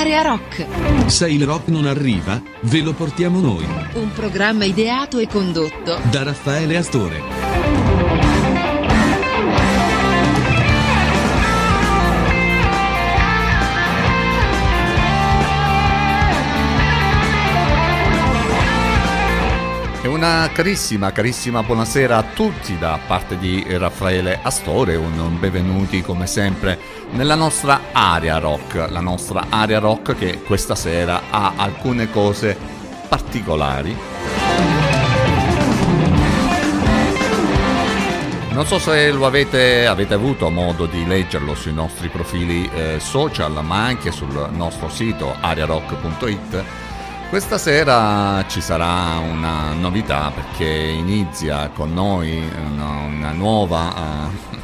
Area Rock. Se il rock non arriva, ve lo portiamo noi. Un programma ideato e condotto da Raffaele Astore. E una carissima buonasera a tutti da parte di Raffaele Astore, un benvenuti come sempre nella nostra Area Rock, la nostra Area Rock che questa sera ha alcune cose particolari. Non so se lo avete avuto modo di leggerlo sui nostri profili social, ma anche sul nostro sito arearock.it. Questa sera ci sarà una novità perché inizia con noi una nuova,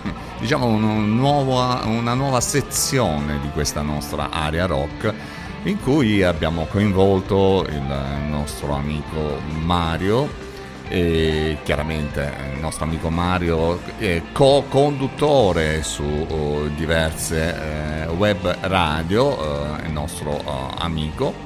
una nuova sezione di questa nostra Area Rock in cui abbiamo coinvolto il nostro amico Mario e chiaramente il nostro amico Mario è co-conduttore su diverse web radio, il nostro amico.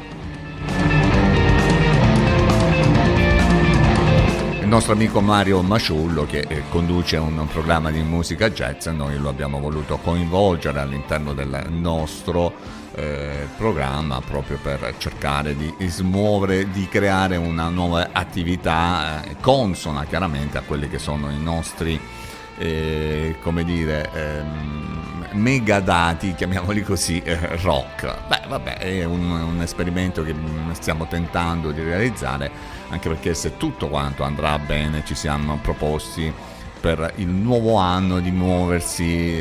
Il nostro amico Mario Maciullo che conduce un programma di musica jazz, noi lo abbiamo voluto coinvolgere all'interno del nostro programma proprio per cercare di smuovere, di creare una nuova attività consona chiaramente a quelli che sono i nostri megadati, chiamiamoli così, rock. Beh, vabbè, è un esperimento che stiamo tentando di realizzare, anche perché se tutto quanto andrà bene ci siamo proposti per il nuovo anno di muoversi,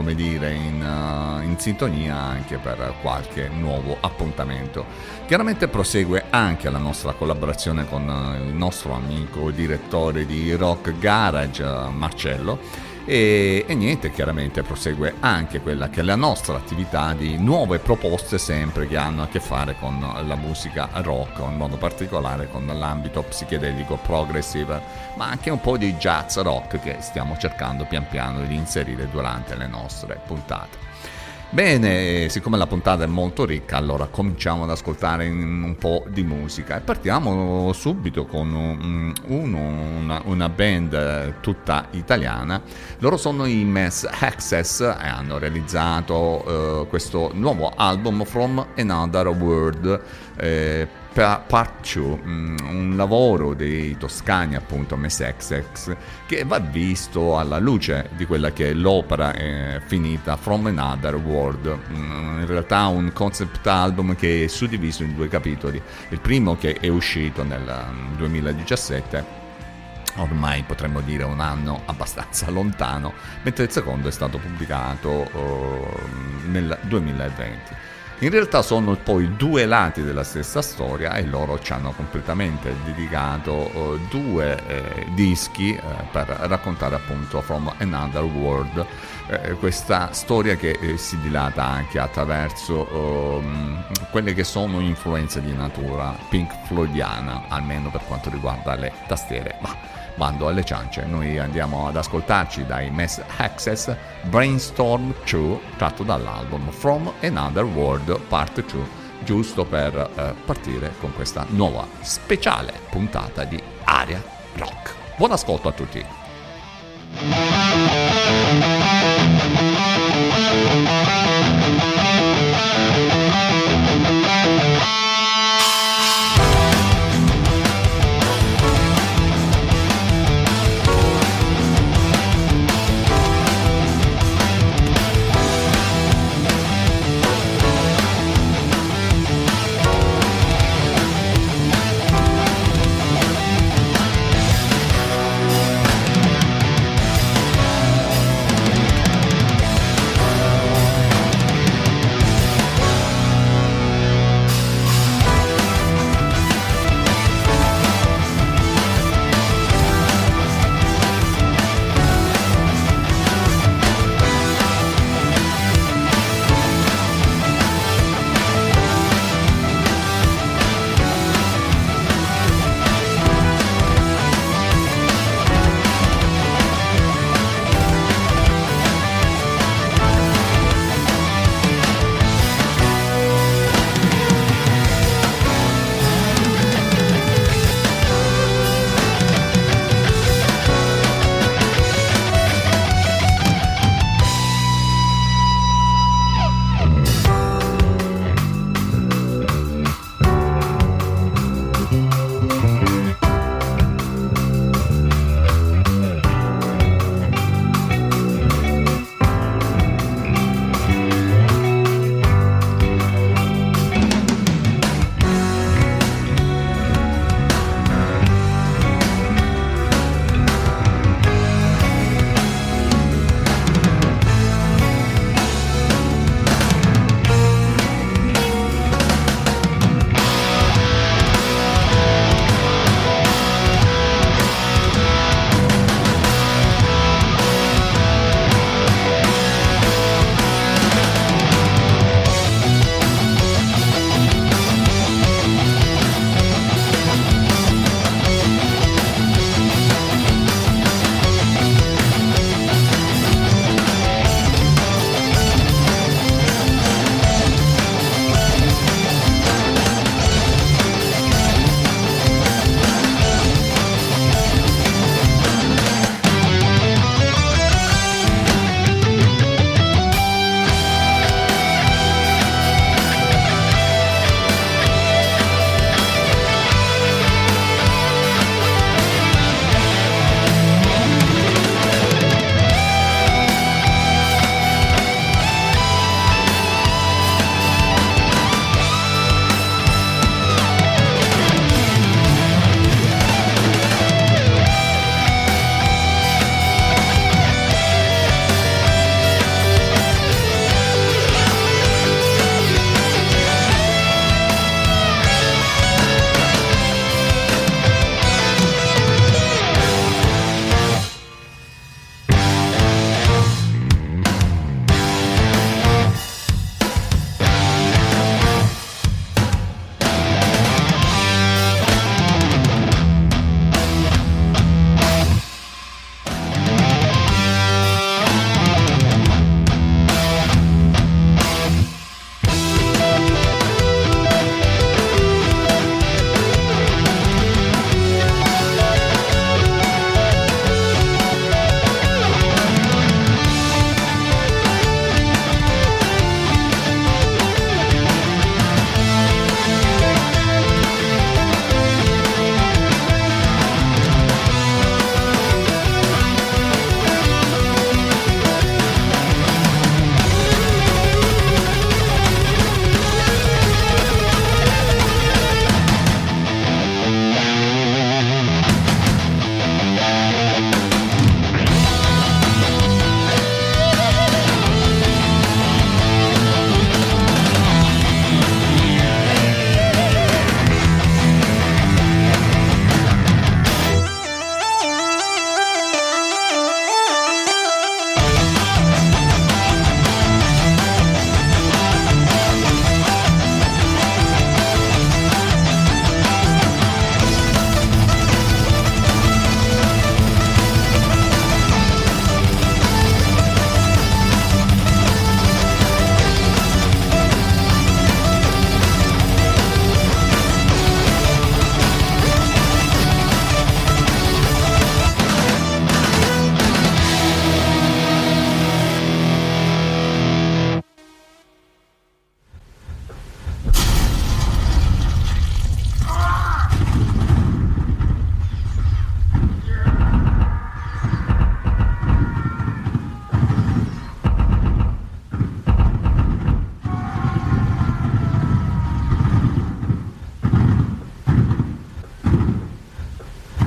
in sintonia anche per qualche nuovo appuntamento. Chiaramente prosegue anche la nostra collaborazione con il nostro amico direttore di Rock Garage, Marcello, e niente, chiaramente prosegue anche quella che è la nostra attività di nuove proposte sempre che hanno a che fare con la musica rock, in modo particolare con l'ambito psichedelico progressive, ma anche un po' di jazz rock che stiamo cercando pian piano di inserire durante le nostre puntate. Bene, siccome la puntata è molto ricca, allora cominciamo ad ascoltare un po' di musica e partiamo subito con una band tutta italiana. Loro sono i Mass Access e hanno realizzato questo nuovo album From Another World, Part 2, un lavoro dei toscani, appunto, Mass Access, che va visto alla luce di quella che è l'opera finita From Another World. In realtà un concept album che è suddiviso in due capitoli. Il primo, che è uscito nel 2017, ormai potremmo dire un anno abbastanza lontano, mentre il secondo è stato pubblicato nel 2020. In realtà sono poi due lati della stessa storia e loro ci hanno completamente dedicato due dischi per raccontare appunto From Another World, questa storia che si dilata anche attraverso quelle che sono influenze di natura Pink Floydiana, almeno per quanto riguarda le tastiere. Ma bando alle ciance, noi andiamo ad ascoltarci dai Mass Access Brainstorm 2, tratto dall'album From Another World Part 2, giusto per partire con questa nuova speciale puntata di Area Rock. Buon ascolto a tutti.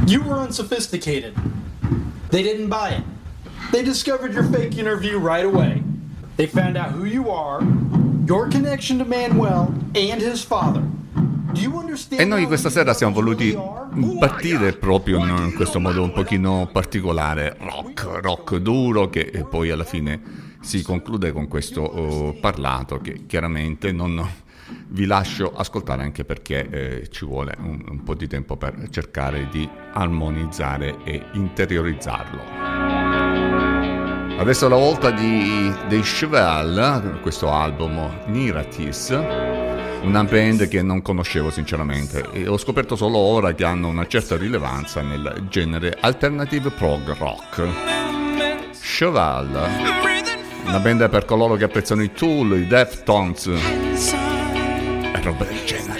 You were unsophisticated. They didn't buy it. They discovered your fake interview right away. They found out who you are, your connection to Manuel, and his father. Do you understand? E noi questa sera siamo voluti partire proprio in questo modo un pochino particolare, rock duro, che poi alla fine si conclude con questo parlato che chiaramente non vi lascio ascoltare, anche perché ci vuole un po' di tempo per cercare di armonizzare e interiorizzarlo. Adesso è la volta dei Chevelle, questo album Niratis, una band che non conoscevo sinceramente e ho scoperto solo ora che hanno una certa rilevanza nel genere alternative prog rock. Chevelle, una band per coloro che apprezzano i Tool, i Deftones e roba del genere.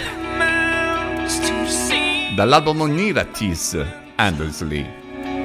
Dall'album Niratis, Endlessly.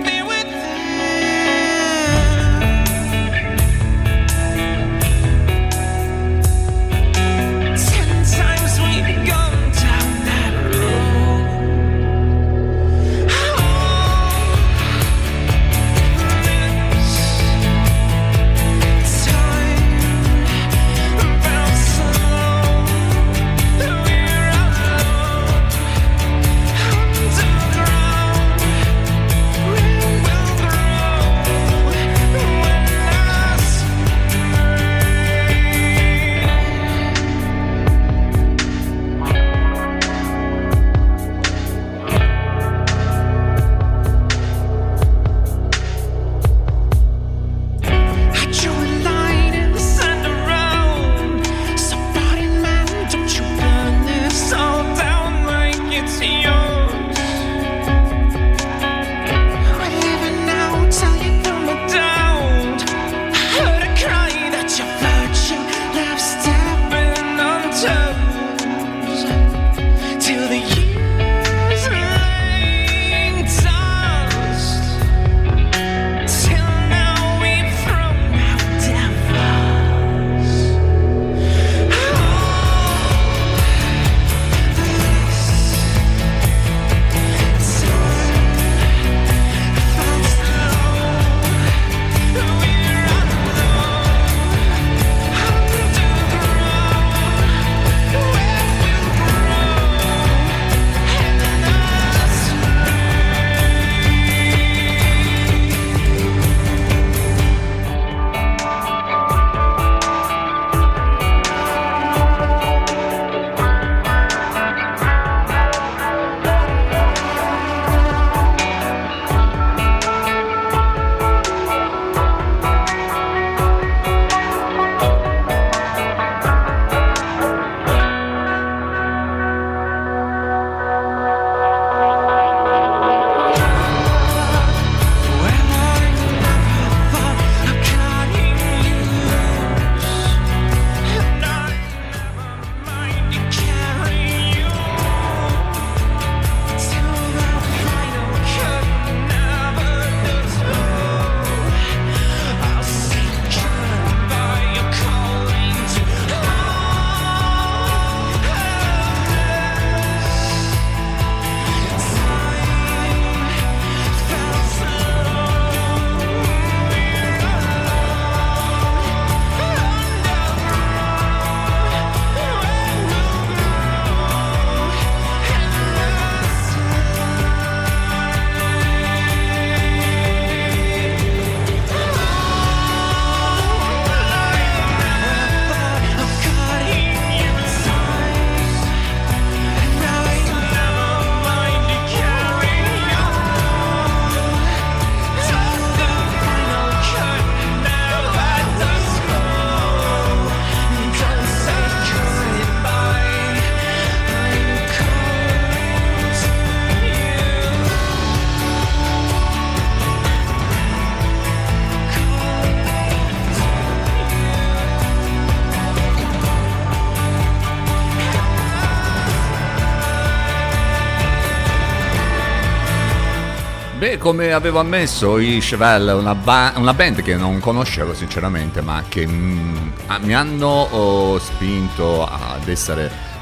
Beh, come avevo ammesso, i Chevelle, una band che non conoscevo sinceramente, ma che mi hanno spinto ad essere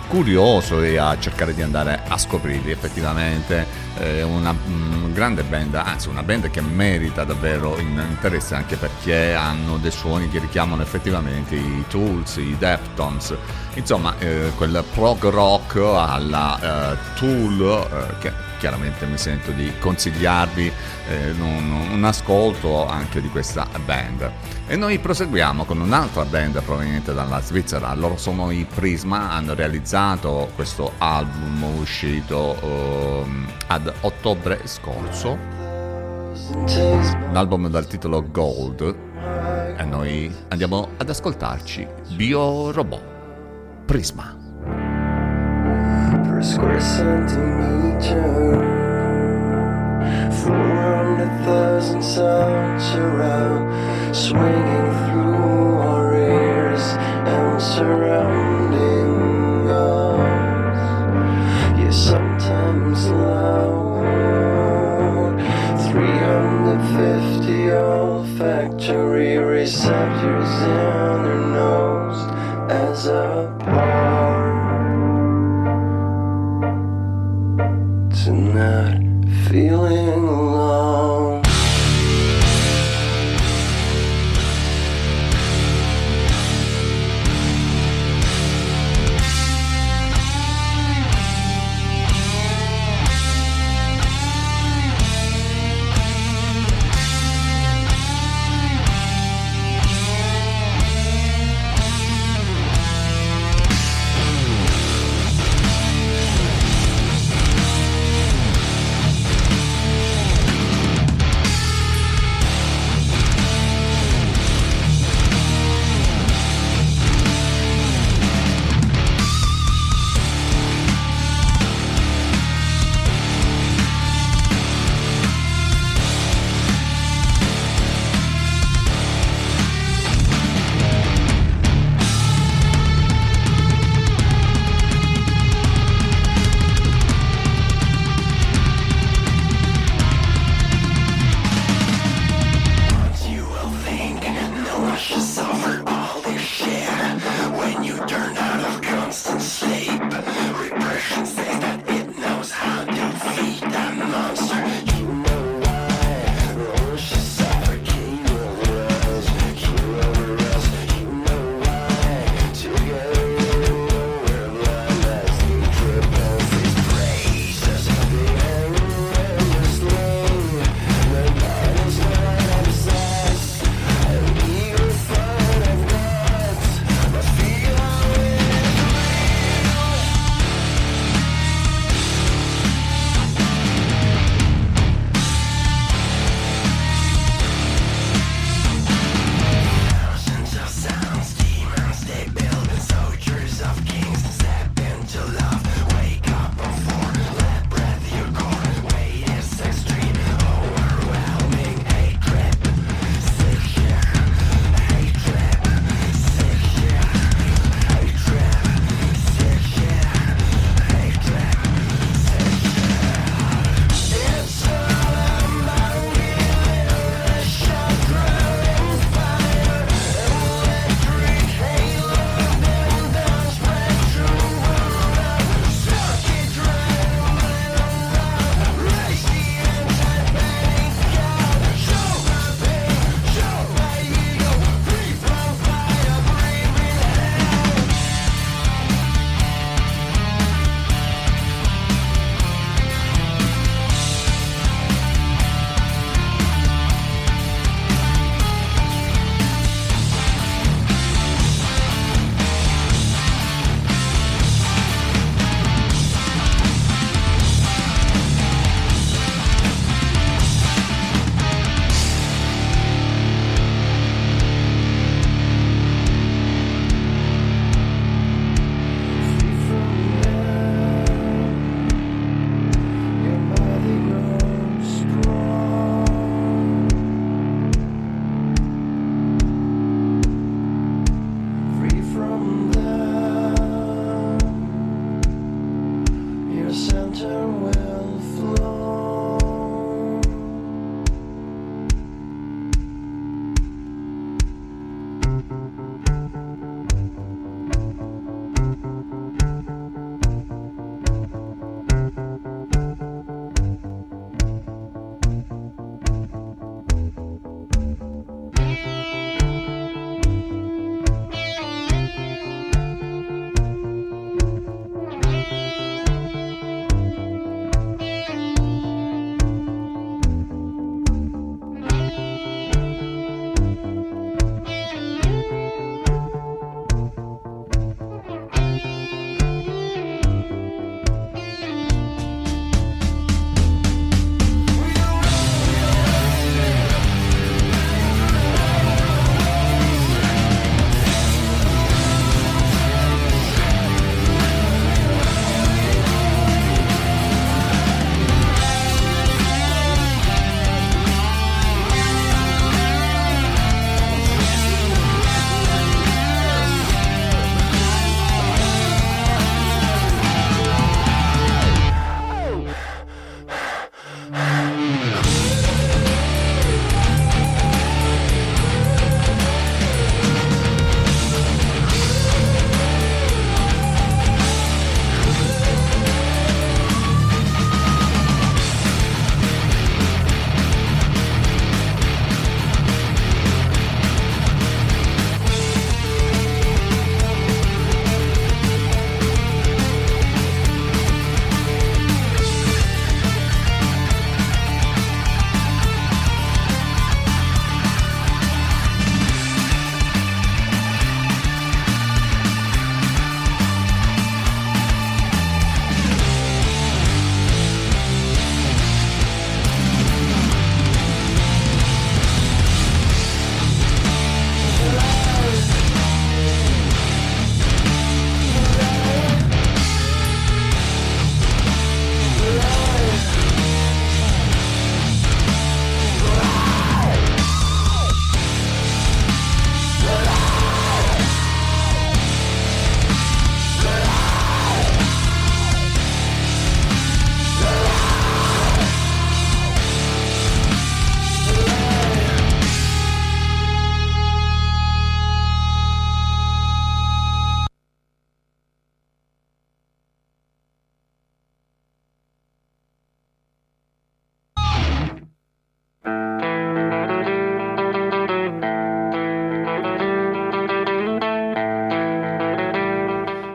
curioso e a cercare di andare a scoprirli. Effettivamente è una grande band, anzi una band che merita davvero interesse, anche perché hanno dei suoni che richiamano effettivamente i Tools, i Deftones, insomma quel prog rock alla Tool, che chiaramente mi sento di consigliarvi un ascolto anche di questa band. E noi proseguiamo con un'altra band proveniente dalla Svizzera. Loro sono i Prisma, hanno realizzato questo album uscito ad ottobre scorso, un album dal titolo Gold, e noi andiamo ad ascoltarci Biorobot, Prisma. Per square centimeter, 400,000 sounds around, swinging through our ears and surrounding us. Yeah, sometimes loud, 350 olfactory receptors in her nose as a part. Not feeling alone.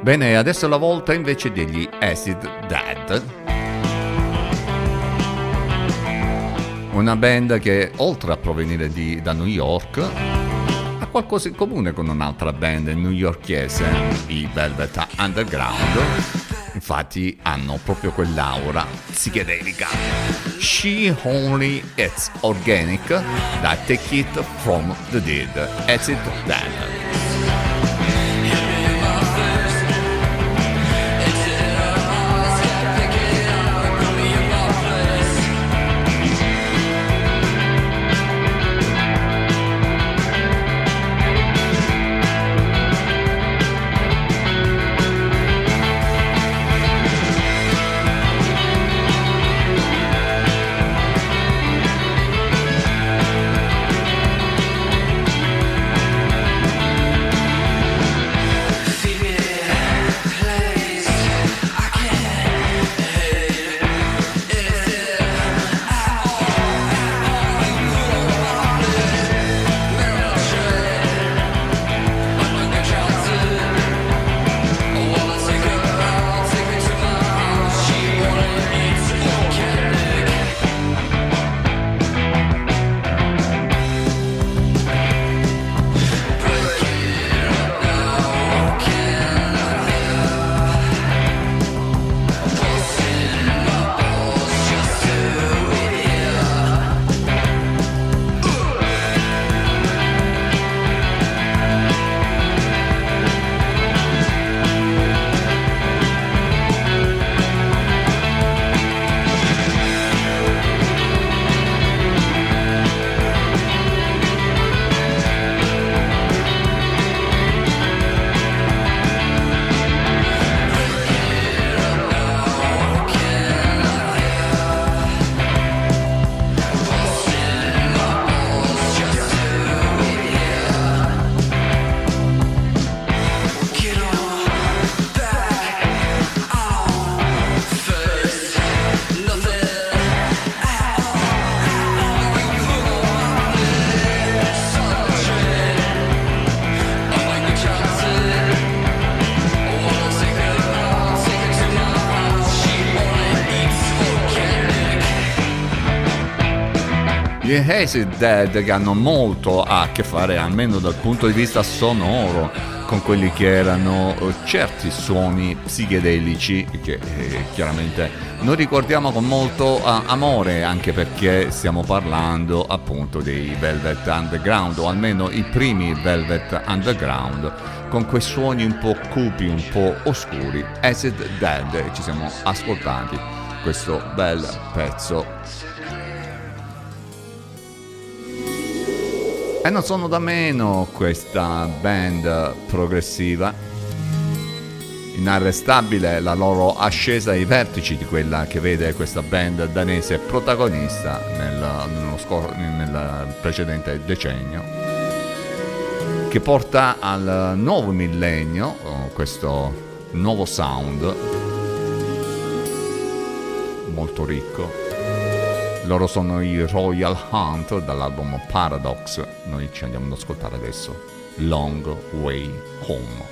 Bene, adesso è la volta invece degli Acid Dad, una band che oltre a provenire da New York ha qualcosa in comune con un'altra band newyorkese, i Velvet Underground. Infatti hanno proprio quell'aura psichedelica. She Only It's Organic da Take It From The Dead, Acid Dad. Gli Acid Dad, che hanno molto a che fare, almeno dal punto di vista sonoro, con quelli che erano certi suoni psichedelici che chiaramente noi ricordiamo con molto amore, anche perché stiamo parlando appunto dei Velvet Underground, o almeno i primi Velvet Underground, con quei suoni un po' cupi, un po' oscuri. Acid Dad, ci siamo ascoltati questo bel pezzo. E non sono da meno questa band progressiva, inarrestabile la loro ascesa ai vertici di quella che vede questa band danese protagonista nel precedente decennio, che porta al nuovo millennio questo nuovo sound molto ricco. Loro sono i Royal Hunt dall'album Paradox. Noi ci andiamo ad ascoltare adesso Long Way Home.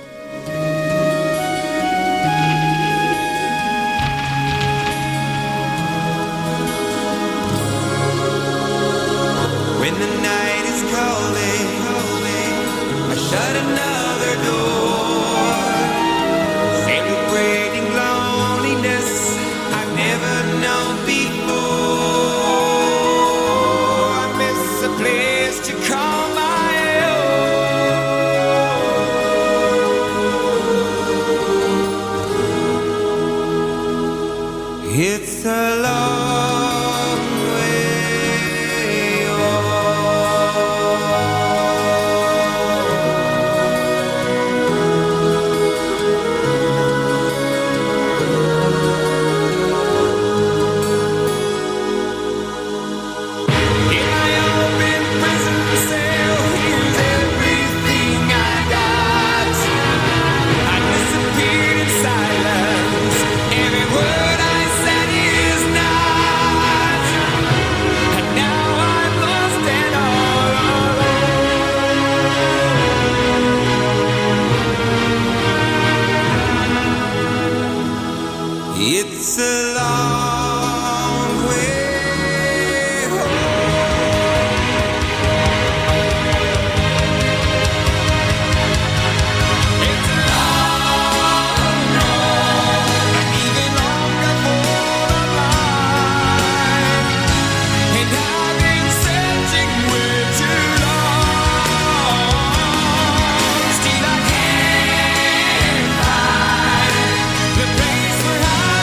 When the night is calling, I shut another door, celebrating loneliness I've never known before. I miss a place to call my own. It's a long way in my open prison cell. Here's everything I got. I disappeared in silence. Every word I said is It's a long way home. It's a long road, and even longer for the line. And I've been searching way too long. Still I can't find the place where I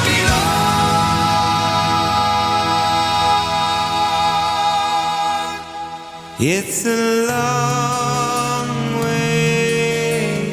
belong. It's a long way.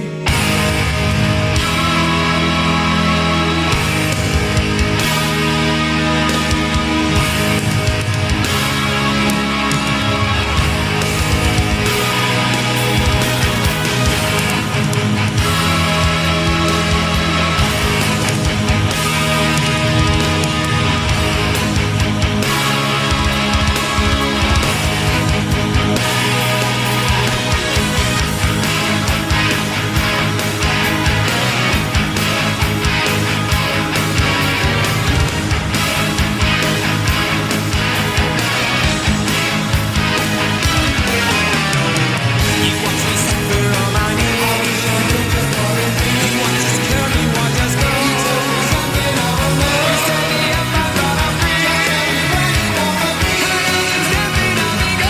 You watch me suffer on my knees. You watch us kill me, watch us go. You set me up, I thought I'm free. Stepping on me, go.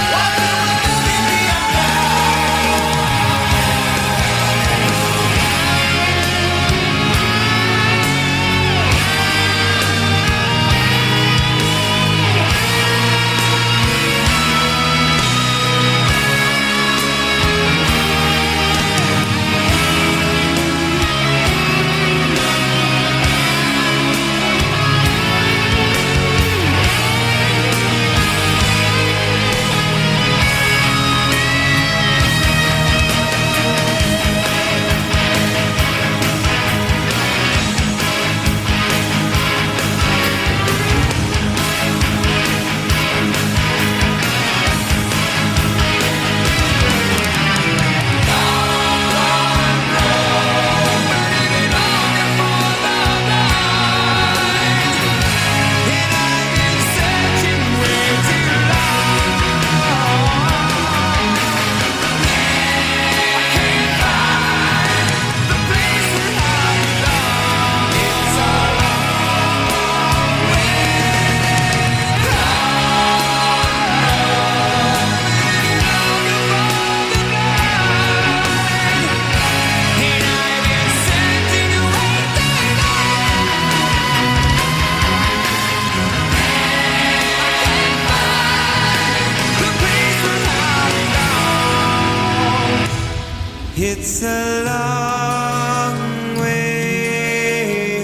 It's a long way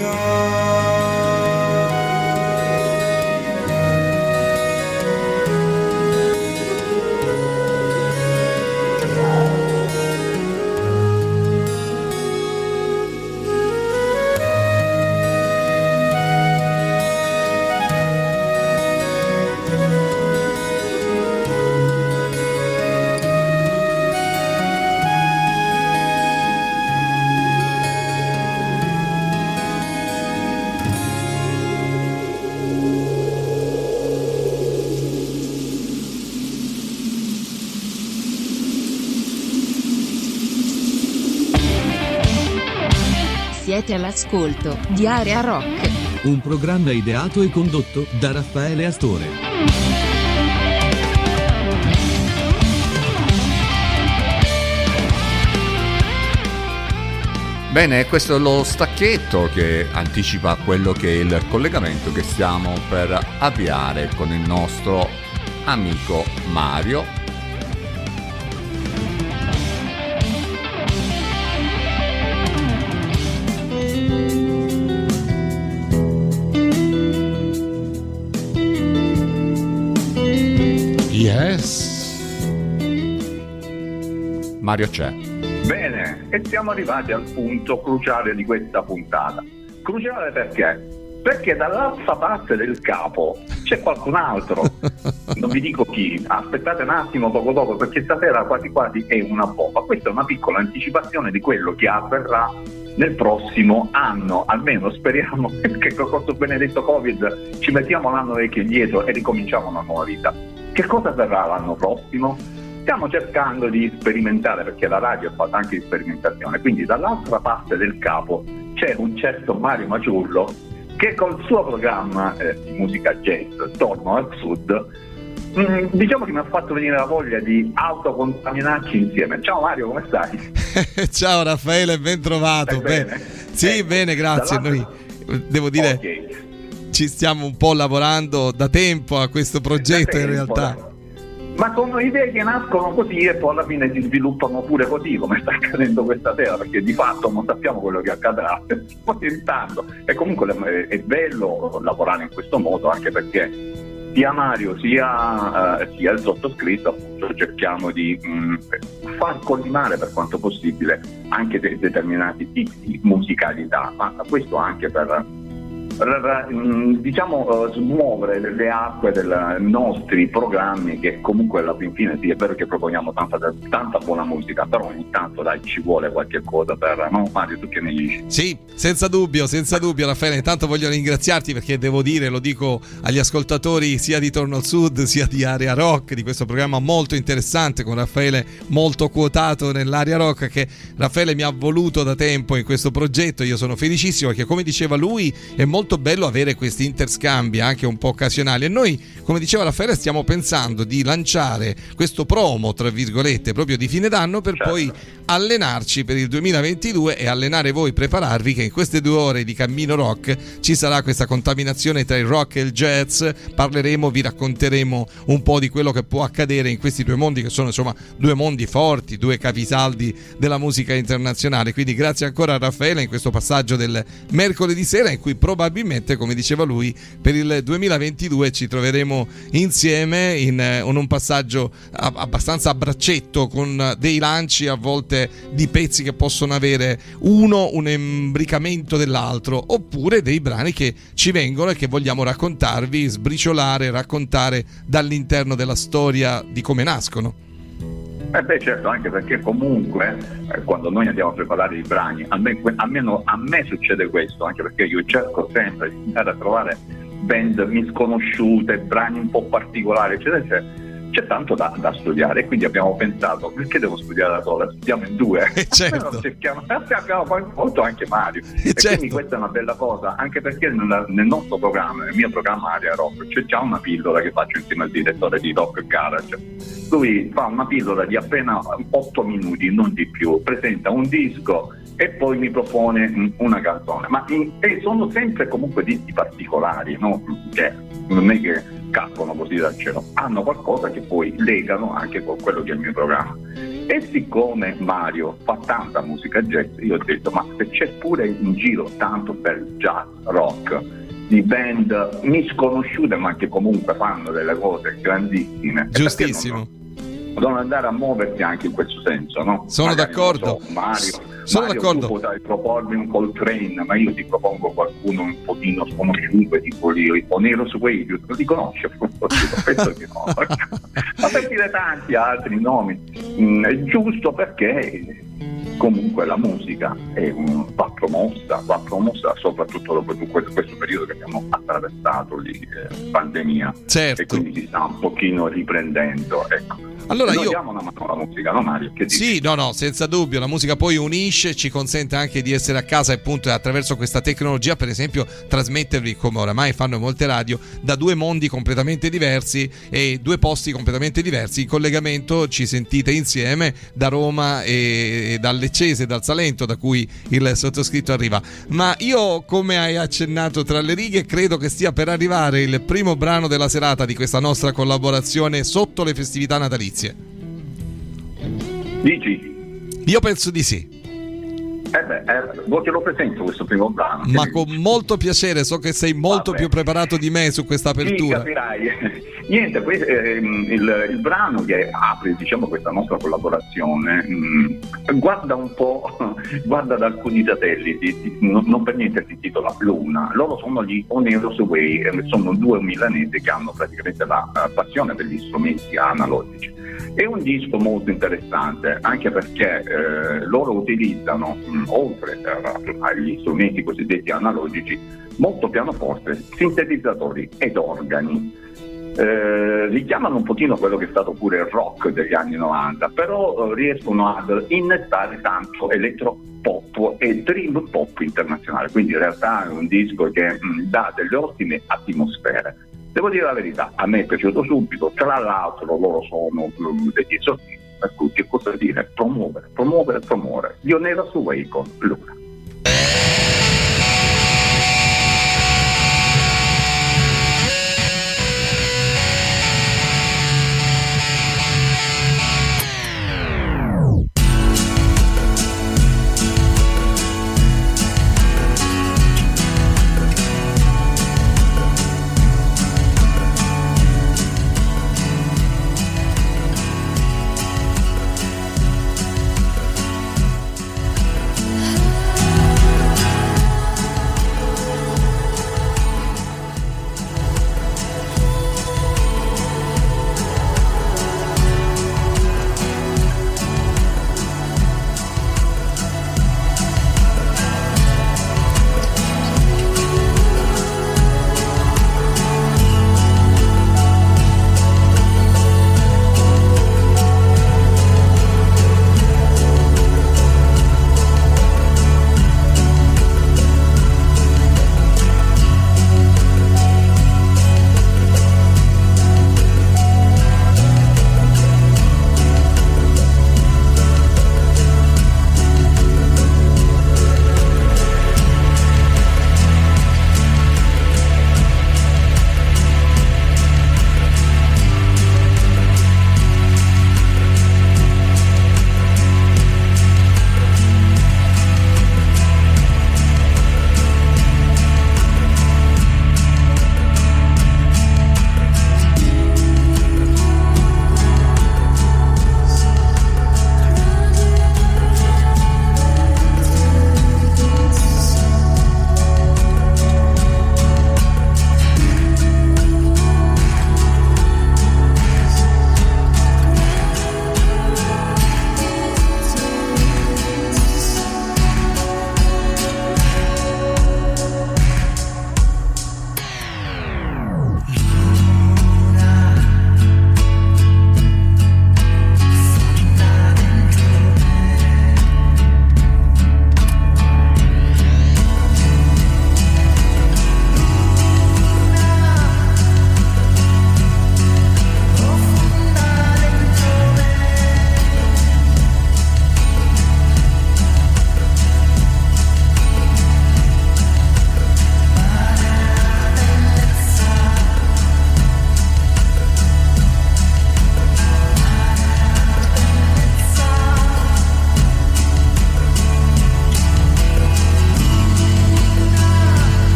Siete all'ascolto di Area Rock. Un programma ideato e condotto da Raffaele Astore. Bene, questo è lo stacchetto che anticipa quello che è il collegamento che stiamo per avviare con il nostro amico Mario. Yes. Mario c'è. Bene, e siamo arrivati al punto cruciale di questa puntata. Cruciale perché? Perché dall'altra parte del capo c'è qualcun altro. Non vi dico chi, aspettate un attimo poco perché stasera quasi quasi è una bomba. Questa è una piccola anticipazione di quello che avverrà nel prossimo anno, almeno speriamo che con questo benedetto Covid ci mettiamo l'anno vecchio indietro e ricominciamo una nuova vita. Che cosa verrà l'anno prossimo? Stiamo cercando di sperimentare, perché la radio è fatta anche di sperimentazione, quindi dall'altra parte del capo c'è un certo Mario Maciullo che col suo programma di musica jazz Torno al Sud, diciamo che mi ha fatto venire la voglia di autocontaminarci insieme. Ciao Mario, come stai? Ciao Raffaele, ben trovato. Bene? Sì, bene, grazie. Noi devo dire, Okay. ci stiamo un po' lavorando da tempo a questo progetto in realtà. Ma sono idee che nascono così e poi alla fine si sviluppano pure così, come sta accadendo questa sera, perché di fatto non sappiamo quello che accadrà, stiamo tentando. E comunque è bello lavorare in questo modo, anche perché sia Mario sia il sottoscritto appunto cerchiamo di far collimare per quanto possibile anche determinati tipi di musicalità, ma questo anche per diciamo smuovere le acque dei nostri programmi, che comunque alla fine sì, è vero che proponiamo tanta buona musica, però ogni tanto dai, ci vuole qualche cosa per, no Mario, tu che ne dici? Sì, senza dubbio Raffaele. Intanto voglio ringraziarti, perché devo dire, lo dico agli ascoltatori sia di Torno al Sud sia di Area Rock, di questo programma molto interessante con Raffaele molto quotato nell'area rock, che Raffaele mi ha voluto da tempo in questo progetto. Io sono felicissimo perché, come diceva lui, è molto bello avere questi interscambi anche un po' occasionali, e noi, come diceva Raffaele, stiamo pensando di lanciare questo promo tra virgolette proprio di fine d'anno per poi allenarci per il 2022 e allenare voi, prepararvi che in queste 2 ore di cammino rock ci sarà questa contaminazione tra il rock e il jazz. Parleremo, vi racconteremo un po' di quello che può accadere in questi 2 mondi, che sono insomma 2 mondi forti, 2 capisaldi della musica internazionale. Quindi grazie ancora a Raffaele in questo passaggio del mercoledì sera, in cui probabilmente, come diceva lui, per il 2022 ci troveremo insieme in un passaggio abbastanza a braccetto, con dei lanci a volte di pezzi che possono avere un imbricamento dell'altro, oppure dei brani che ci vengono e che vogliamo raccontarvi, sbriciolare, raccontare dall'interno della storia di come nascono. Certo, anche perché comunque quando noi andiamo a preparare i brani, almeno a me succede questo, anche perché io cerco sempre di andare a trovare band misconosciute, brani un po' particolari, eccetera. C'è tanto da studiare, e quindi abbiamo pensato, perché devo studiare da sola? Studiamo in 2. Certo. Abbiamo coinvolto anche Mario, e certo. Quindi questa è una bella cosa, anche perché nel nostro programma, nel mio programma Area Rock, c'è già una pillola che faccio insieme al direttore di Rock Garage. Lui fa una pillola di appena 8 minuti, non di più, presenta un disco e poi mi propone una canzone, e sono sempre comunque dischi particolari, no? Cioè, non è che cascano così dal cielo, hanno qualcosa che poi legano anche con quello che è il mio programma. E siccome Mario fa tanta musica jazz, io ho detto, ma se c'è pure in giro tanto per jazz rock, di band misconosciute ma che comunque fanno delle cose grandissime, Giustissimo, devono andare a muoversi anche in questo senso, no? Sono Magari, d'accordo. non so, Mario, d'accordo. Tu potrai propormi un Coltrane, ma io ti propongo qualcuno un pochino sconosciuto, tipo o Nero Suede, lo ti conosci? Penso che no. Ma per dire tanti altri nomi, è giusto, perché comunque la musica va promossa soprattutto dopo questo periodo che abbiamo attraversato di pandemia. Certo. E quindi si sta un pochino riprendendo, ecco. Allora Noi diamo una mano alla musica, no Mario? Che dici? Sì, no, senza dubbio, la musica poi unisce, ci consente anche di essere a casa e appunto attraverso questa tecnologia, per esempio, trasmettervi, come oramai fanno molte radio, da 2 mondi completamente diversi e 2 posti completamente diversi. In collegamento ci sentite insieme da Roma e dal Leccese, dal Salento, da cui il sottoscritto arriva. Ma io, come hai accennato tra le righe, credo che stia per arrivare il primo brano della serata di questa nostra collaborazione sotto le festività natalizie. Dici? Io penso di sì. Vuoi che lo presento questo primo brano? Ma con molto piacere, so che sei molto più preparato di me su questa apertura. Sì, capirai. Niente, il brano che apre, diciamo, questa nostra collaborazione, guarda ad alcuni satelliti, non per niente si intitola Luna. Loro sono gli Oneros Way, sono 2 milanesi che hanno praticamente la passione per gli strumenti analogici. È un disco molto interessante, anche perché loro utilizzano, oltre agli strumenti cosiddetti analogici, molto pianoforte, sintetizzatori ed organi. Richiamano un pochino quello che è stato pure il rock degli anni 90, però riescono ad innettare tanto elettropop e dream pop internazionale, quindi in realtà è un disco che dà delle ottime atmosfere. Devo dire la verità, a me è piaciuto subito, tra l'altro loro sono degli esordisti, per cui che cosa dire? Promuovere. Dionera su Wacom, Luna. I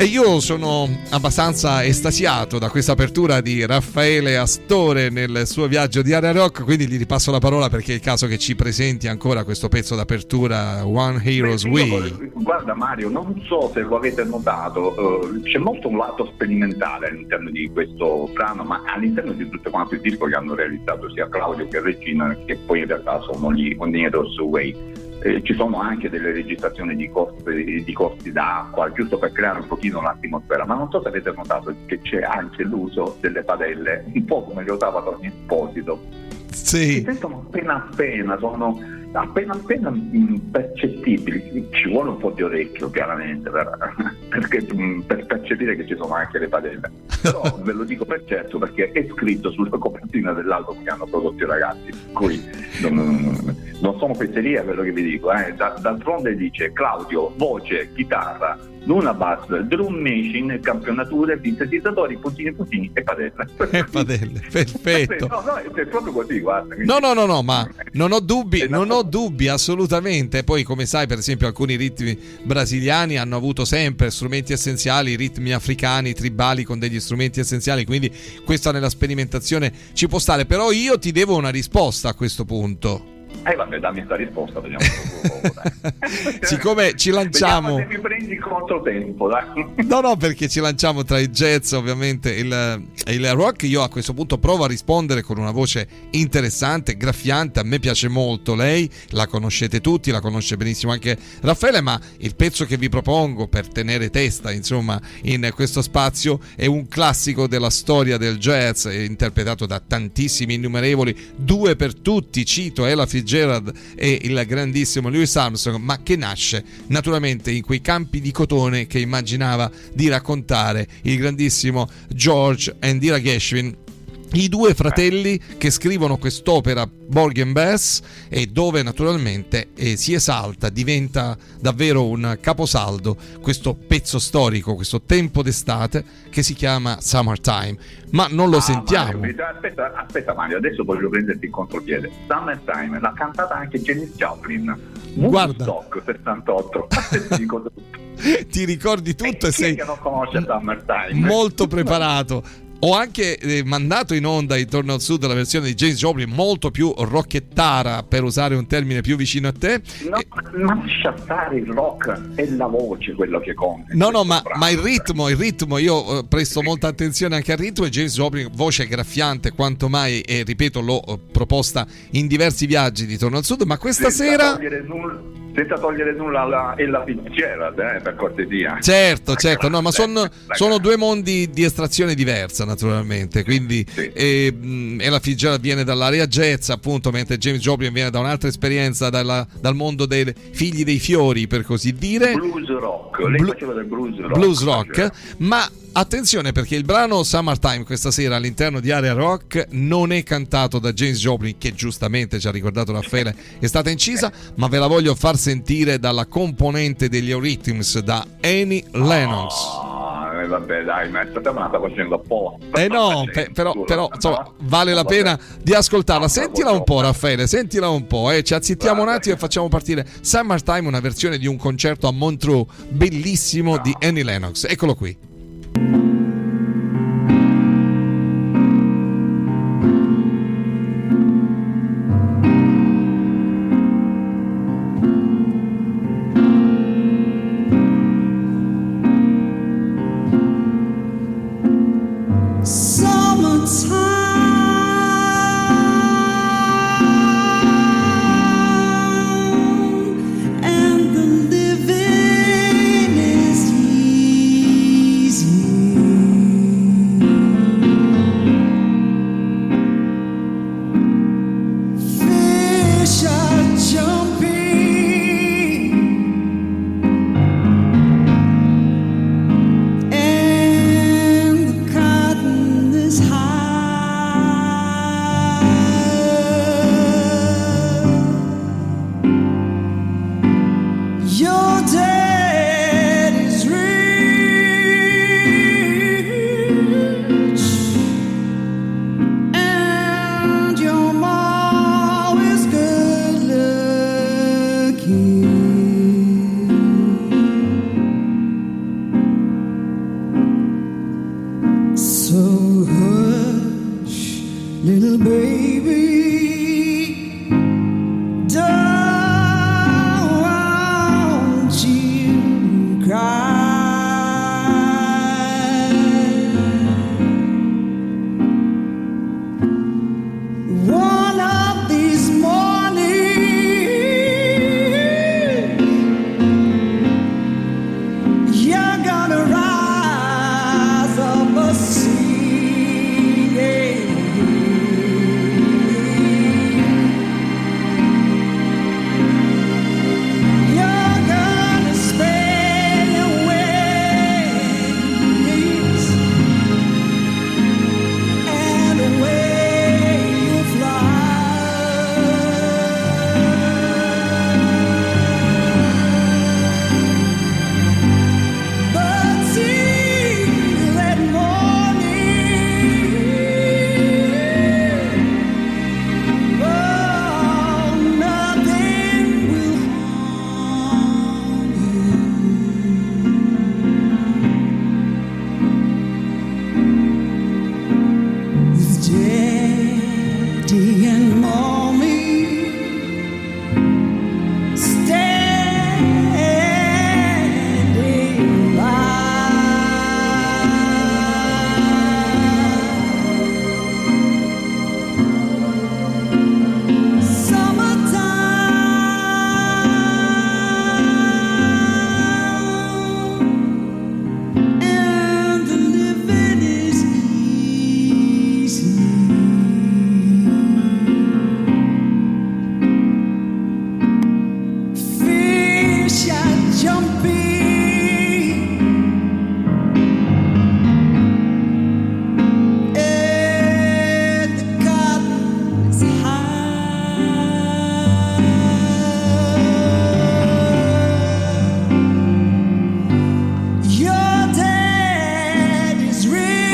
E io sono abbastanza estasiato da questa apertura di Raffaele Astore nel suo viaggio di Area Rock, quindi gli ripasso la parola perché è il caso che ci presenti ancora questo pezzo d'apertura, One Heroes We. Guarda Mario, non so se lo avete notato, c'è molto un lato sperimentale all'interno di questo brano, ma all'interno di tutto quanto il disco che hanno realizzato sia Claudio che Regina, che poi in realtà sono gli One Heroes Way. Ci sono anche delle registrazioni di corsi d'acqua, giusto per creare un pochino l'atmosfera, ma non so se avete notato che c'è anche l'uso delle padelle, un po' come le usava Tony Esposito. Sì. Si sentono sono appena percettibili. Ci vuole un po' di orecchio chiaramente per percepire che ci sono anche le padelle, però ve lo dico per certo perché è scritto sulla copertina dell'album che hanno prodotto i ragazzi, qui non sono fesserie quello che vi dico, d'altronde dice Claudio voce, chitarra, Luna bass, drum machine, campionature, sintetizzatori, puntini e padelle. Perfetto. No, è proprio così, guarda. No, ma non ho dubbi assolutamente. Poi, come sai, per esempio, alcuni ritmi brasiliani hanno avuto sempre strumenti essenziali, ritmi africani, tribali con degli strumenti essenziali, quindi questa nella sperimentazione ci può stare. Però io ti devo una risposta a questo punto. Vabbè, dammi sta risposta, vediamo siccome ci lanciamo, vediamo se mi prendi il controtempo, dai. No, perché ci lanciamo tra il jazz ovviamente e il rock. Io a questo punto provo a rispondere con una voce interessante, graffiante. A me piace molto lei, la conoscete tutti, la conosce benissimo anche Raffaele, ma il pezzo che vi propongo per tenere testa insomma in questo spazio è un classico della storia del jazz, interpretato da tantissimi, innumerevoli, due per tutti, cito Ella Fitzgerald e il grandissimo Louis Armstrong, ma che nasce naturalmente in quei campi di cotone che immaginava di raccontare il grandissimo George e Indira Gershwin, i due fratelli che scrivono quest'opera Porgy and Bess, e dove naturalmente si esalta, diventa davvero un caposaldo questo pezzo storico, questo tempo d'estate che si chiama Summertime. Ma non lo sentiamo. Mario, aspetta Mario, adesso voglio prenderti in contropiede. Summertime l'ha cantata anche Janis Joplin. Guarda, Woodstock 68. ti ricordi tutto e sei che non conosce Summertime? molto preparato. Ho anche mandato in onda Intorno al Sud la versione di Janis Joplin, molto più rocchettara, per usare un termine più vicino a te. No, ma lascia stare il rock, è la voce quello che conta. No, ma il ritmo, io presto molta attenzione anche al ritmo, e Janis Joplin, voce graffiante quanto mai, e ripeto, l'ho proposta in diversi viaggi di Intorno al Sud, ma questa sera... Senza togliere nulla alla Ella Fitzgerald, per cortesia. Certo, no, ma sono due mondi di estrazione diversa, naturalmente. Quindi sì. Ella Fitzgerald viene dall'area jazz, appunto, mentre Janis Joplin viene da un'altra esperienza, dal mondo dei figli dei fiori, per così dire. Blues rock, lei faceva del blues rock, ma attenzione, perché il brano Summertime questa sera all'interno di Area Rock non è cantato da Janis Joplin, che giustamente ci ha ricordato Raffaele è stata incisa, ma ve la voglio far sentire dalla componente degli Eurythmics, da Annie Lennox. Vabbè, dai, ma sta facendo apposta. No, però insomma, vale la pena di ascoltarla. Sentila un po', Raffaele, sentila un po', ci azzittiamo un attimo e facciamo partire Summertime, una versione di un concerto a Montreux bellissimo di Annie Lennox. Eccolo qui. And the living is easy. high. little baby, don't you cry. One of these mornings, you're gonna rise up a singing. You're gonna spread your wings, and away you fly. But till that morning, oh, nothing will harm you. With Daddy and Mommy standing by. Summertime, and the living is easy. Fish are jumping, and the cotton is high. Your dad is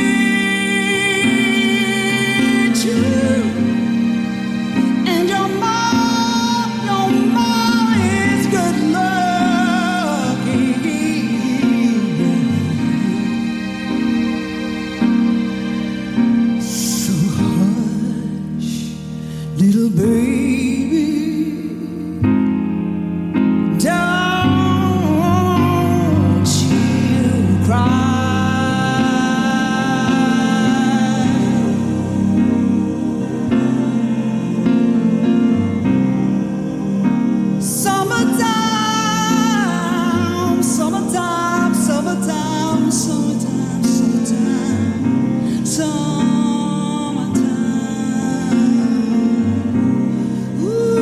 rich, and your mom is good looking. So hush, little baby, don't you cry. Summertime, summertime, summertime, summertime, summertime, summertime.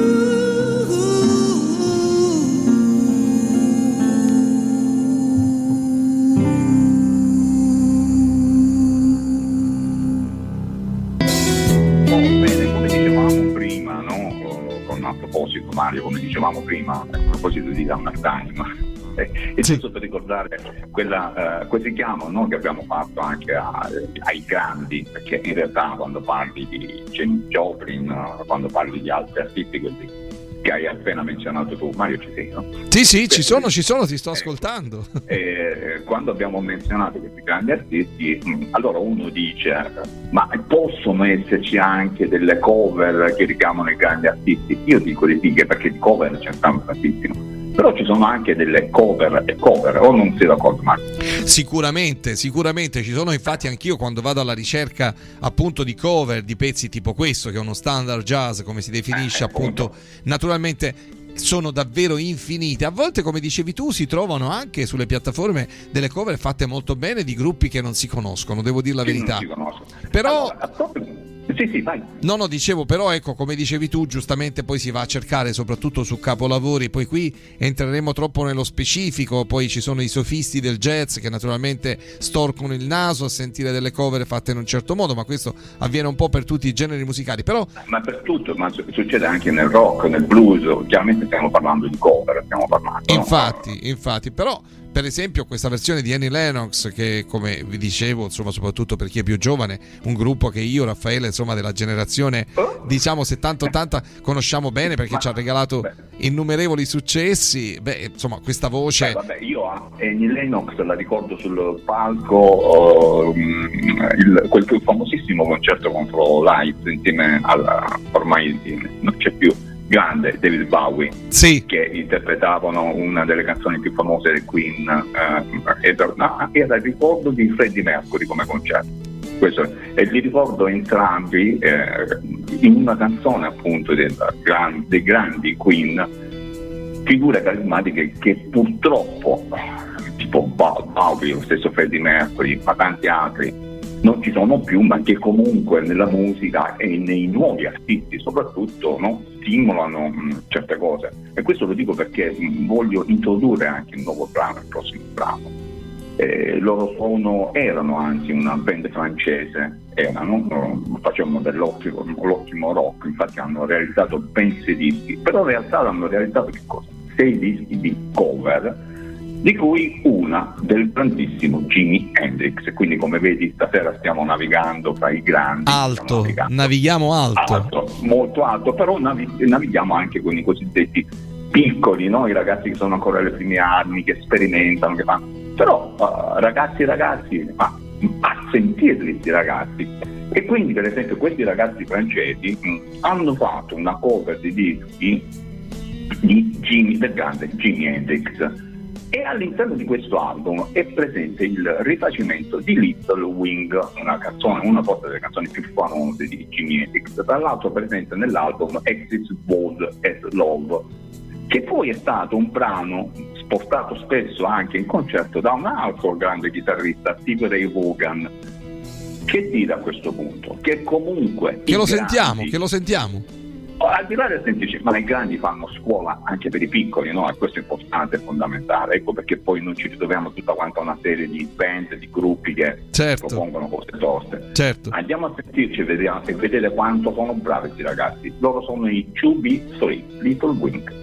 Oh, bene, come dicevamo prima, no? A proposito, Mario, come dicevamo prima, a proposito di Summertime, è giusto per ricordare quel richiamo, no, che abbiamo fatto anche ai grandi, perché in realtà quando parli di Janis Joplin, quando parli di altri artisti che hai appena menzionato tu, Mario, ci sei, no? Sì, ci sono, ti sto ascoltando. Quando abbiamo menzionato questi grandi artisti, allora uno dice: ma possono esserci anche delle cover che richiamano i grandi artisti? Io dico di sì, perché di cover ce ne stanno tantissimo. Però ci sono anche delle cover e cover, o non sei d'accordo, Marco? Sicuramente ci sono. Infatti anch'io, quando vado alla ricerca appunto di cover di pezzi tipo questo, che è uno standard jazz, come si definisce, appunto, naturalmente sono davvero infinite. A volte, come dicevi tu, si trovano anche sulle piattaforme delle cover fatte molto bene di gruppi che non si conoscono, devo dire la verità. Però Sì, vai. No, dicevo, però ecco, come dicevi tu, giustamente poi si va a cercare soprattutto su capolavori, poi qui entreremo troppo nello specifico, poi ci sono i sofisti del jazz che naturalmente storcono il naso a sentire delle cover fatte in un certo modo, ma questo avviene un po' per tutti i generi musicali, però... Ma per tutto, ma succede anche nel rock, nel blues, chiaramente stiamo parlando di cover, Infatti, però... Per esempio questa versione di Annie Lennox, che come vi dicevo, insomma, soprattutto per chi è più giovane, un gruppo che io, Raffaele, insomma, della generazione diciamo 70-80 conosciamo bene, perché ci ha regalato innumerevoli successi. Beh, insomma, questa voce. Vabbè, io a Annie Lennox la ricordo sul palco, quel famosissimo concerto contro Light insieme ormai non c'è più, grande David Bowie, Sì. che interpretavano una delle canzoni più famose del Queen, era il ricordo di Freddie Mercury come concerto. Questo, e li ricordo entrambi in una canzone appunto dei grandi Queen, figure carismatiche che purtroppo tipo Bowie, lo stesso Freddie Mercury, ma tanti altri non ci sono più, ma che comunque nella musica e nei nuovi artisti soprattutto, no, stimolano certe cose. E questo lo dico perché voglio introdurre anche il nuovo brano, il prossimo brano. Loro erano anzi una band francese, facevano dell'ottimo rock, infatti hanno realizzato ben 6 dischi, però in realtà hanno realizzato che cosa? 6 dischi di cover, di cui una del grandissimo Jimi Hendrix. Quindi come vedi stasera stiamo navigando fra i grandi, navighiamo alto, molto alto, però navighiamo anche con i cosiddetti piccoli, no? I ragazzi che sono ancora alle prime armi, che sperimentano, che fanno. Però ragazzi, a sentirli questi ragazzi. E quindi per esempio questi ragazzi francesi hanno fatto una cover di dischi del grande Jimi Hendrix, e all'interno di questo album è presente il rifacimento di Little Wing, una forse delle canzoni più famose di Jimi Hendrix. Tra l'altro presente nell'album Exit Would as Love, che poi è stato un brano portato spesso anche in concerto da un altro grande chitarrista, Stevie Ray Vaughan. Che dire a questo punto? Che comunque che lo sentiamo. Al di là del semplice, ma i grandi fanno scuola anche per i piccoli, no? E questo è importante, è fondamentale. Ecco perché poi non ci ritroviamo tutta quanta una serie di band, di gruppi che propongono cose toste. Certo. Andiamo a sentirci e vedere quanto sono bravi questi ragazzi. Loro sono i 2B3, Little Wing.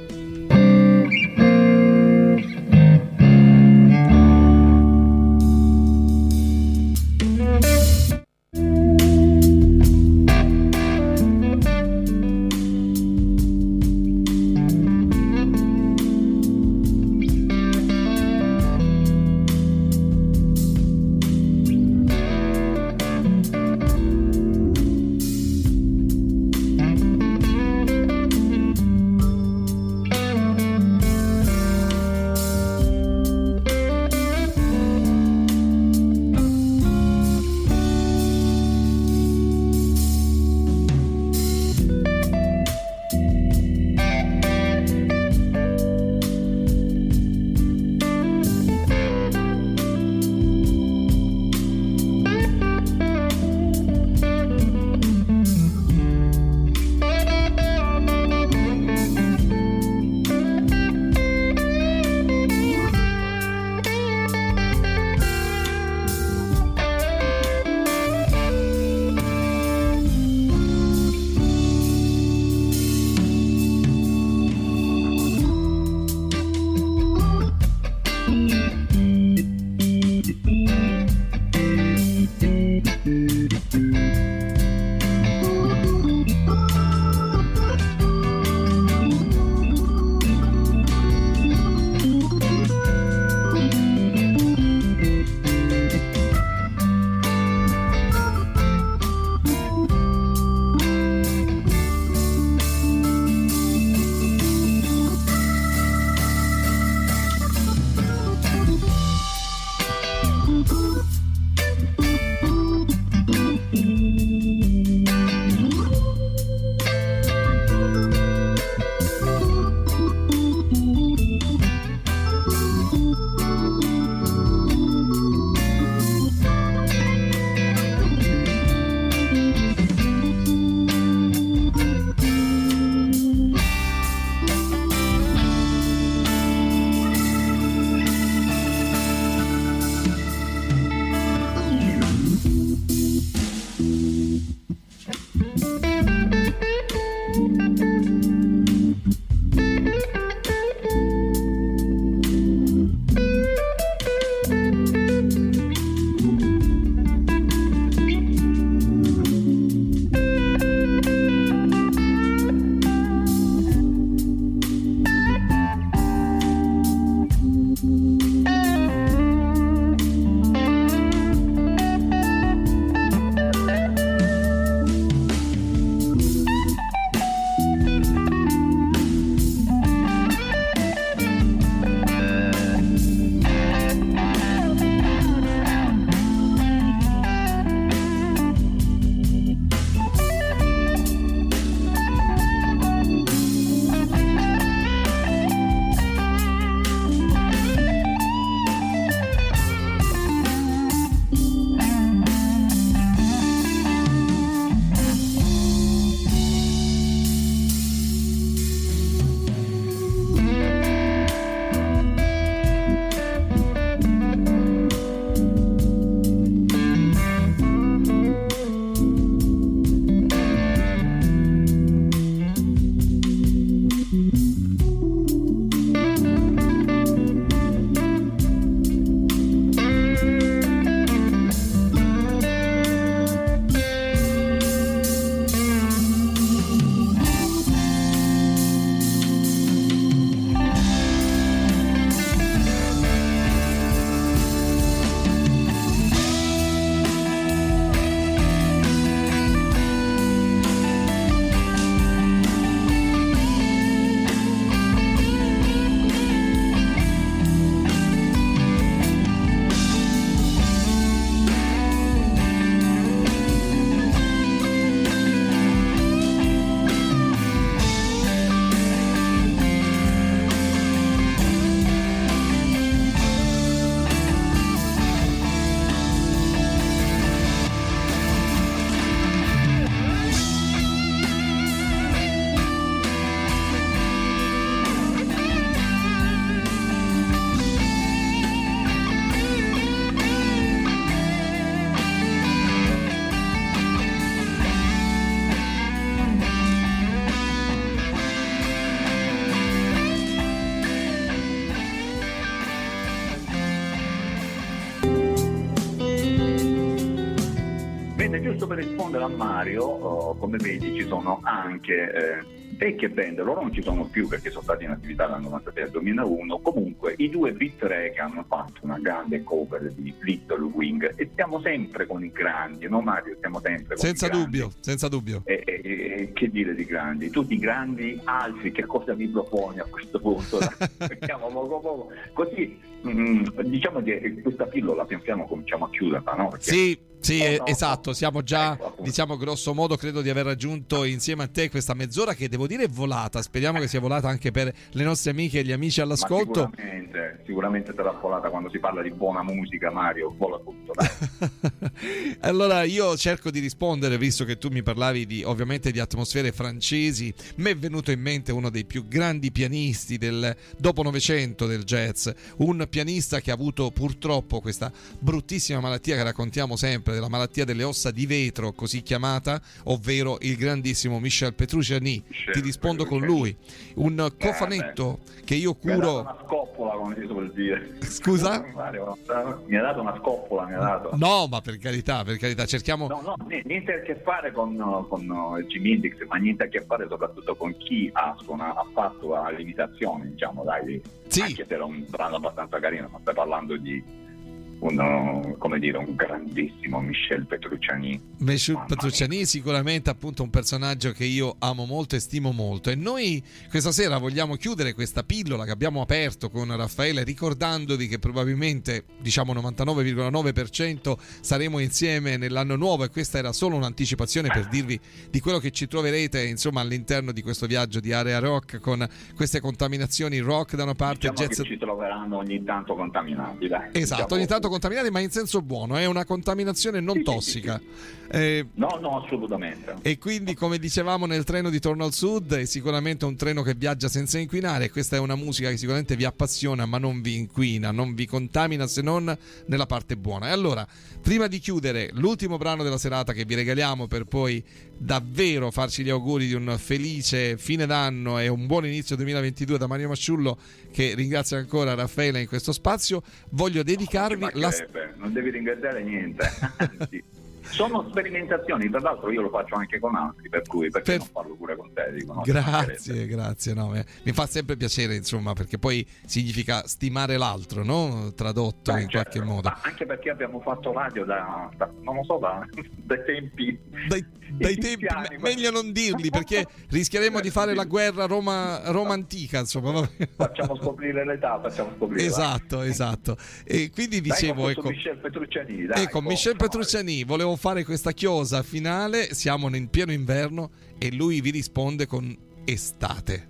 per rispondere a Mario, come vedi ci sono anche vecchie band, loro non ci sono più perché sono stati in attività dal 96 al 2001, comunque i due Beat Re che hanno fatto una grande cover di Little Wing, e stiamo sempre con i grandi, no Mario? Stiamo sempre con Senza i grandi. dubbio, senza dubbio. E che dire di grandi? Tutti grandi, altri, che cosa mi proponi a questo punto? Mettiamo poco. Così diciamo che questa pillola pian piano cominciamo a chiuderla, no? Perché Esatto, siamo già, ecco, appunto. diciamo grosso modo, credo di aver raggiunto insieme a te questa mezz'ora che devo dire è volata, speriamo che sia volata anche per le nostre amiche e gli amici all'ascolto. Ma sicuramente sarà volata. Quando si parla di buona musica, Mario, vola tutto, dai. Allora io cerco di rispondere, visto che tu mi parlavi ovviamente di atmosfere francesi. Mi è venuto in mente uno dei più grandi pianisti del dopo Novecento del jazz, un pianista che ha avuto purtroppo questa bruttissima malattia che raccontiamo sempre, della malattia delle ossa di vetro, così chiamata, ovvero il grandissimo Michel Petrucciani. Ti rispondo con lui, un cofanetto che io Mi ha dato curo. una scoppola, come si suol dire. Scusa? Mario, mi ha dato una scoppola, mi ha dato. No, ma per carità, cerchiamo. No, niente a che fare con Jimi Hendrix, ma niente a che fare soprattutto con chi ha fatto la limitazione, diciamo, dai. Sì. Anche se era un brano abbastanza carino, ma stai parlando di un grandissimo Michel Petrucciani. Michel Petrucciani sicuramente appunto un personaggio che io amo molto e stimo molto, e noi questa sera vogliamo chiudere questa pillola che abbiamo aperto con Raffaele ricordandovi che probabilmente, diciamo 99,9% saremo insieme nell'anno nuovo, e questa era solo un'anticipazione per dirvi di quello che ci troverete insomma all'interno di questo viaggio di Area Rock, con queste contaminazioni rock da una parte, Diciamo jazz. che ci troveranno ogni tanto contaminati, dai. Esatto, Diciamo, ogni tanto contaminati, ma in senso buono, è una contaminazione non tossica. No, assolutamente. E quindi, come dicevamo nel treno di Torno al Sud, è sicuramente un treno che viaggia senza inquinare, e questa è una musica che sicuramente vi appassiona ma non vi inquina, non vi contamina, se non nella parte buona. E allora, prima di chiudere l'ultimo brano della serata che vi regaliamo per poi davvero farci gli auguri di un felice fine d'anno e un buon inizio 2022 da Mario Masciullo, che ringrazio ancora Raffaele in questo spazio, voglio dedicarvi non devi ringraziare niente, anzi sono sperimentazioni, tra l'altro io lo faccio anche con altri, per cui perché non farlo pure con te, dico, no? Grazie, no, mi fa sempre piacere, insomma, perché poi significa stimare l'altro, no? Tradotto in qualche modo. Ma anche perché abbiamo fatto radio non lo so, dai tempi dai tempi meglio non dirli, perché rischieremo di fare la guerra Roma antica, insomma. Facciamo scoprire l'età, esatto. E quindi dicevo, con Michel Petrucciani, con Michel Petrucciani volevo fare questa chiosa finale. Siamo in pieno inverno e lui vi risponde con estate.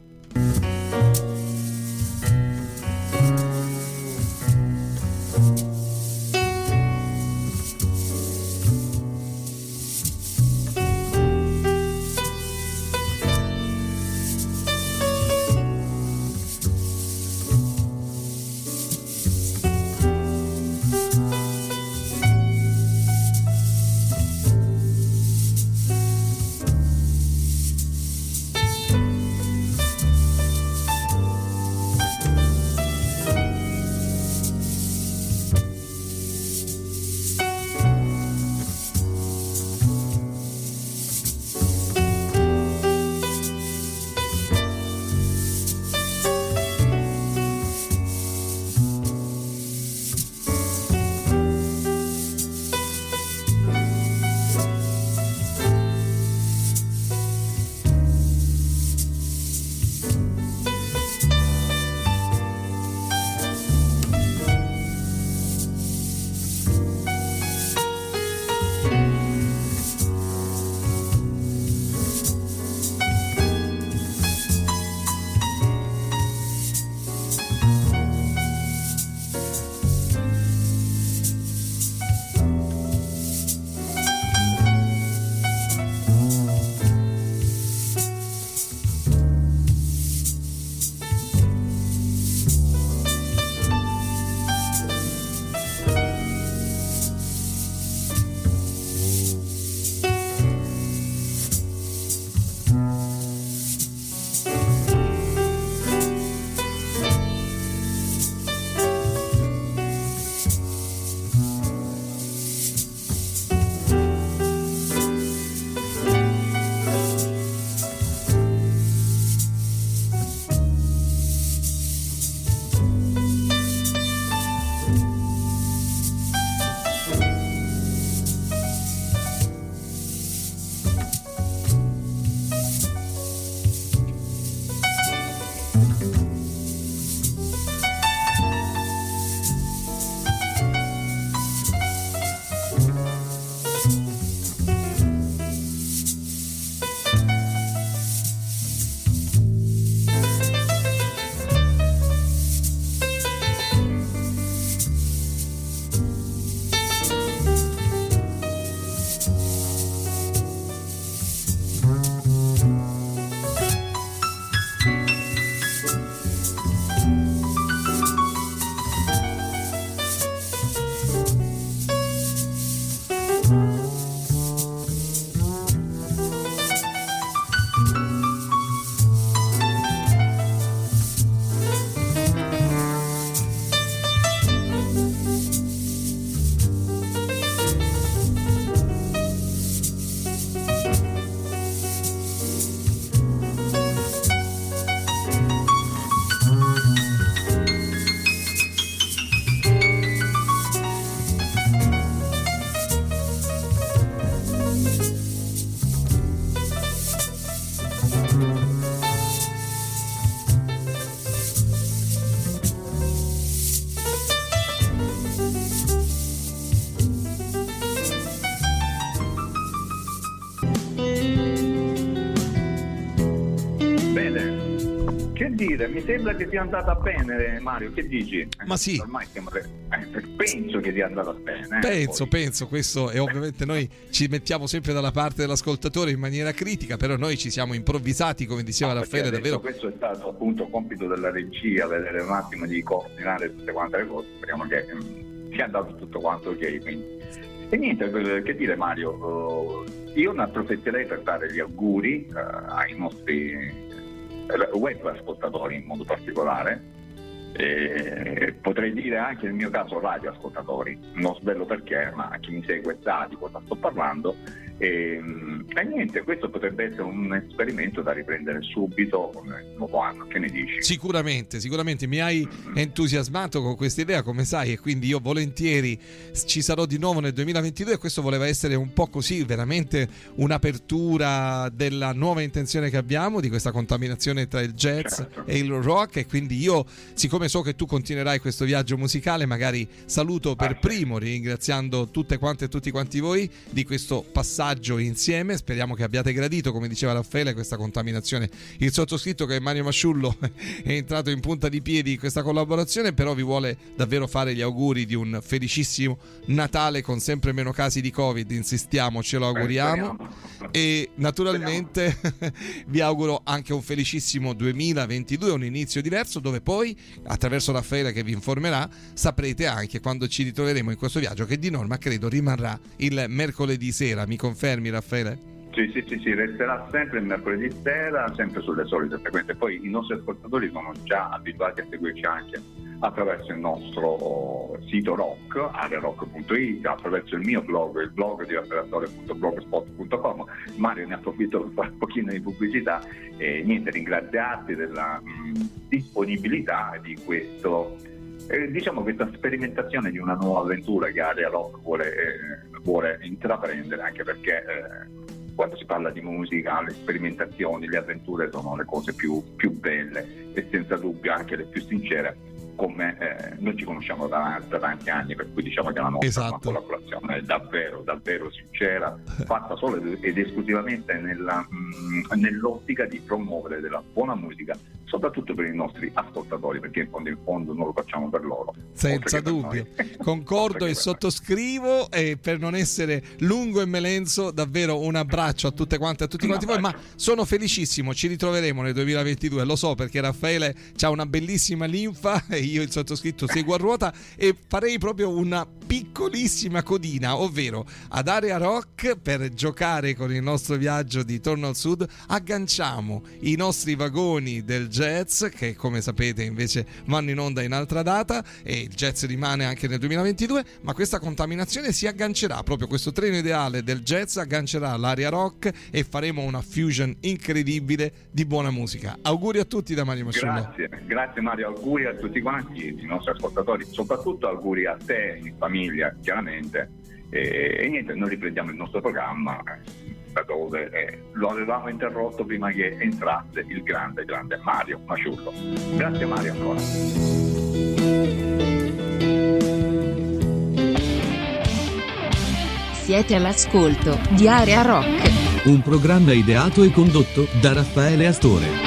Che dire, mi sembra che sia andata bene, Mario, che dici? Ma sì. Ormai penso che sia andata bene. Penso, questo, e ovviamente noi ci mettiamo sempre dalla parte dell'ascoltatore in maniera critica, però noi ci siamo improvvisati, come diceva Raffaele, davvero. Questo è stato appunto compito della regia, vedere un attimo di coordinare tutte quante le cose, speriamo che sia andato tutto quanto ok. Quindi. E niente, che dire Mario, io ne approfitterei per dare gli auguri ai nostri web ascoltatori in modo particolare, potrei dire anche nel mio caso radio ascoltatori, non svelo perché, ma chi mi segue sa di cosa sto parlando. E niente, questo potrebbe essere un esperimento da riprendere subito nel nuovo anno, che ne dici? Sicuramente mi hai entusiasmato con questa idea, come sai, e quindi io volentieri ci sarò di nuovo nel 2022, e questo voleva essere un po' così, veramente un'apertura della nuova intenzione che abbiamo, di questa contaminazione tra il jazz e il rock, e quindi io, siccome so che tu continuerai questo viaggio musicale, magari saluto per primo, ringraziando tutte quante e tutti quanti voi di questo passaggio insieme. Speriamo che abbiate gradito, come diceva Raffaele, questa contaminazione. Il sottoscritto, che è Mario Masciullo, è entrato in punta di piedi in questa collaborazione, però vi vuole davvero fare gli auguri di un felicissimo Natale con sempre meno casi di Covid, insistiamo, ce lo auguriamo, e naturalmente vi auguro anche un felicissimo 2022, un inizio diverso, dove poi attraverso Raffaele, che vi informerà, saprete anche quando ci ritroveremo in questo viaggio, che di norma credo rimarrà il mercoledì sera. Mi confermi, Raffaele? Sì, resterà sempre il mercoledì sera, sempre sulle solite frequenze. Poi i nostri ascoltatori sono già abituati a seguirci anche attraverso il nostro sito rock, arearock.it, attraverso il mio blog, il blog di raffaeleattore.blogspot.com. Mario, ne approfitto per fare un pochino di pubblicità e niente, ringraziarti della disponibilità di questo, diciamo, questa sperimentazione di una nuova avventura che Area Rock vuole intraprendere, anche perché quando si parla di musica, le sperimentazioni, le avventure sono le cose più belle e senza dubbio anche le più sincere, come noi ci conosciamo da tanti anni, per cui diciamo che la nostra è una collaborazione è davvero sincera, fatta solo ed esclusivamente nell'ottica di promuovere della buona musica, soprattutto per i nostri ascoltatori, perché in fondo noi lo facciamo per loro. Senza dubbio, concordo e sottoscrivo, e per non essere lungo e melenso, davvero un abbraccio a tutte quante, a tutti quanti voi, ma sono felicissimo, ci ritroveremo nel 2022, lo so, perché Raffaele c'ha una bellissima linfa e io, il sottoscritto, seguo a ruota, e farei proprio una piccolissima codina, ovvero ad Area Rock, per giocare con il nostro viaggio di Torno al Sud, agganciamo i nostri vagoni del jazz, che come sapete invece vanno in onda in altra data, e il jazz rimane anche nel 2022, ma questa contaminazione si aggancerà, proprio questo treno ideale del jazz aggancerà l'Area Rock, e faremo una fusion incredibile di buona musica. Auguri a tutti da Mario Masciullo. Grazie Mario, auguri a tutti quanti i nostri ascoltatori, soprattutto auguri a te in famiglia, chiaramente, e niente, noi riprendiamo il nostro programma da dove lo avevamo interrotto prima che entrasse il grande Mario Masciullo. Grazie Mario ancora. Siete all'ascolto di Area Rock, un programma ideato e condotto da Raffaele Astore.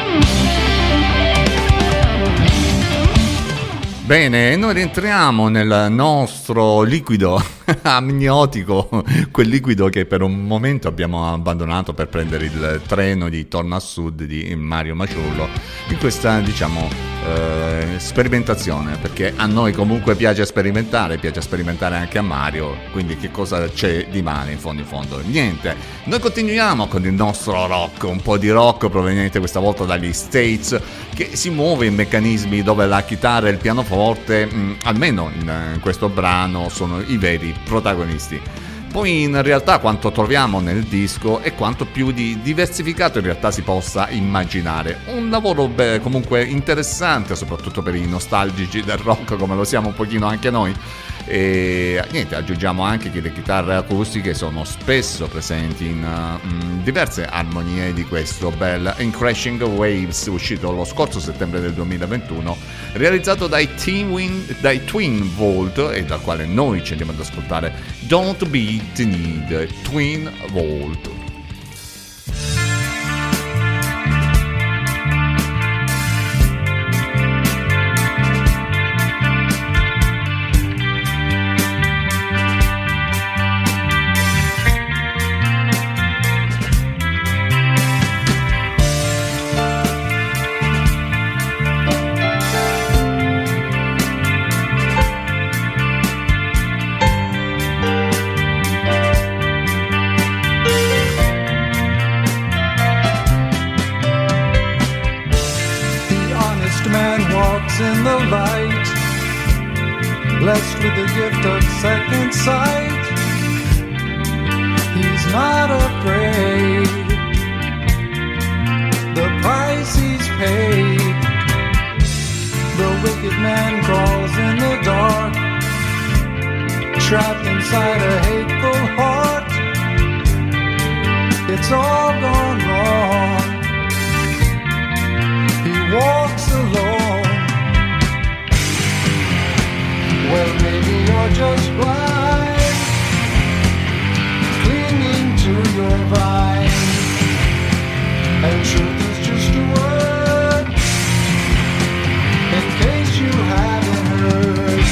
Bene, noi rientriamo nel nostro liquido amniotico, quel liquido che per un momento abbiamo abbandonato per prendere il treno di Torno a Sud di Mario Masciullo, in questa, diciamo, sperimentazione, perché a noi comunque piace sperimentare anche a Mario, quindi che cosa c'è di male in fondo? Niente, noi continuiamo con il nostro rock, un po' di rock proveniente questa volta dagli States, che si muove in meccanismi dove la chitarra e il pianoforte, almeno in questo brano, sono i veri protagonisti. Poi in realtà quanto troviamo nel disco è quanto più di diversificato in realtà si possa immaginare. Un lavoro comunque interessante, soprattutto per i nostalgici del rock come lo siamo un pochino anche noi. E niente, aggiungiamo anche che le chitarre acustiche sono spesso presenti in diverse armonie di questo bel In Crashing Waves, uscito lo scorso settembre del 2021, realizzato dai Twin Volt, e dal quale noi ci andiamo ad ascoltare Don't Be the Need, Twin Volt. walks in the light, blessed with the gift of second sight. He's not afraid, the price he's paid. The wicked man crawls in the dark, trapped inside a hateful heart. It's all gone wrong. He walks alone. Well, maybe you're just blind, clinging to your vine, and truth is just a word, in case you haven't heard.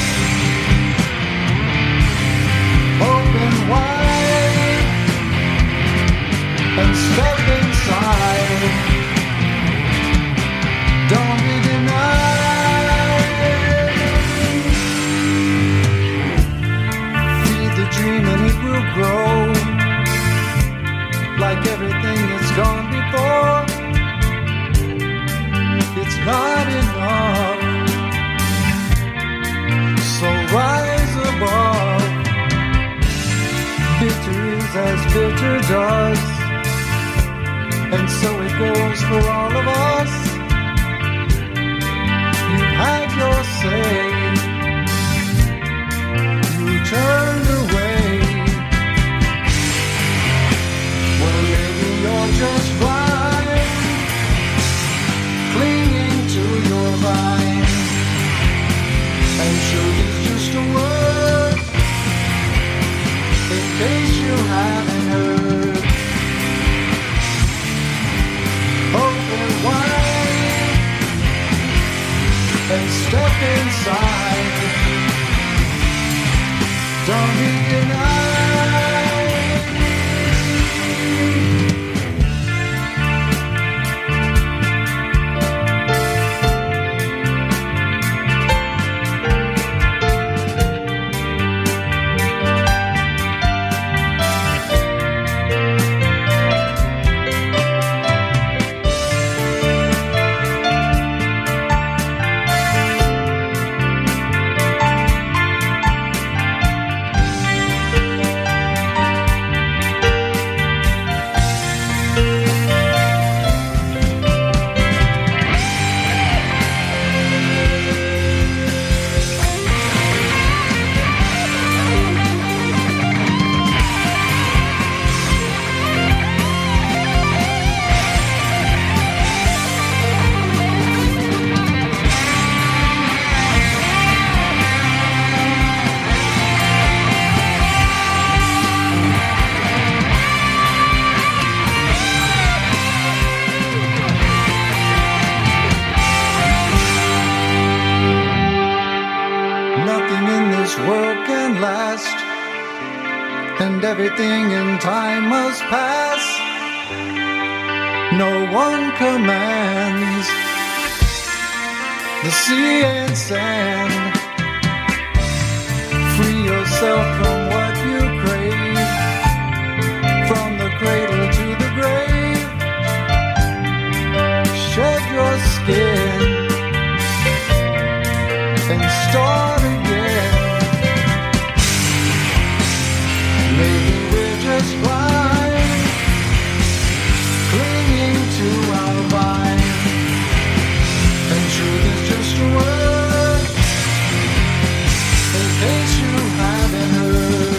Open wide and step inside. Don't be denied. Feed the dream and it will grow, like everything that's gone before. It's not enough, so rise above. Bitter is as bitter does, and so it goes for all of us. You've had your say, you turned away. Well, maybe you're just blind, clinging to your vine, and truth is just a word, in case you haven't heard. Open wide and step inside. Don't be denied. Everything in time must pass. No one commands the sea and sand. Free yourself from what you crave, from the cradle to the grave. Shed your skin and start again. Maybe we're just blind, clinging to our vine, and truth is just a word, in case you haven't heard.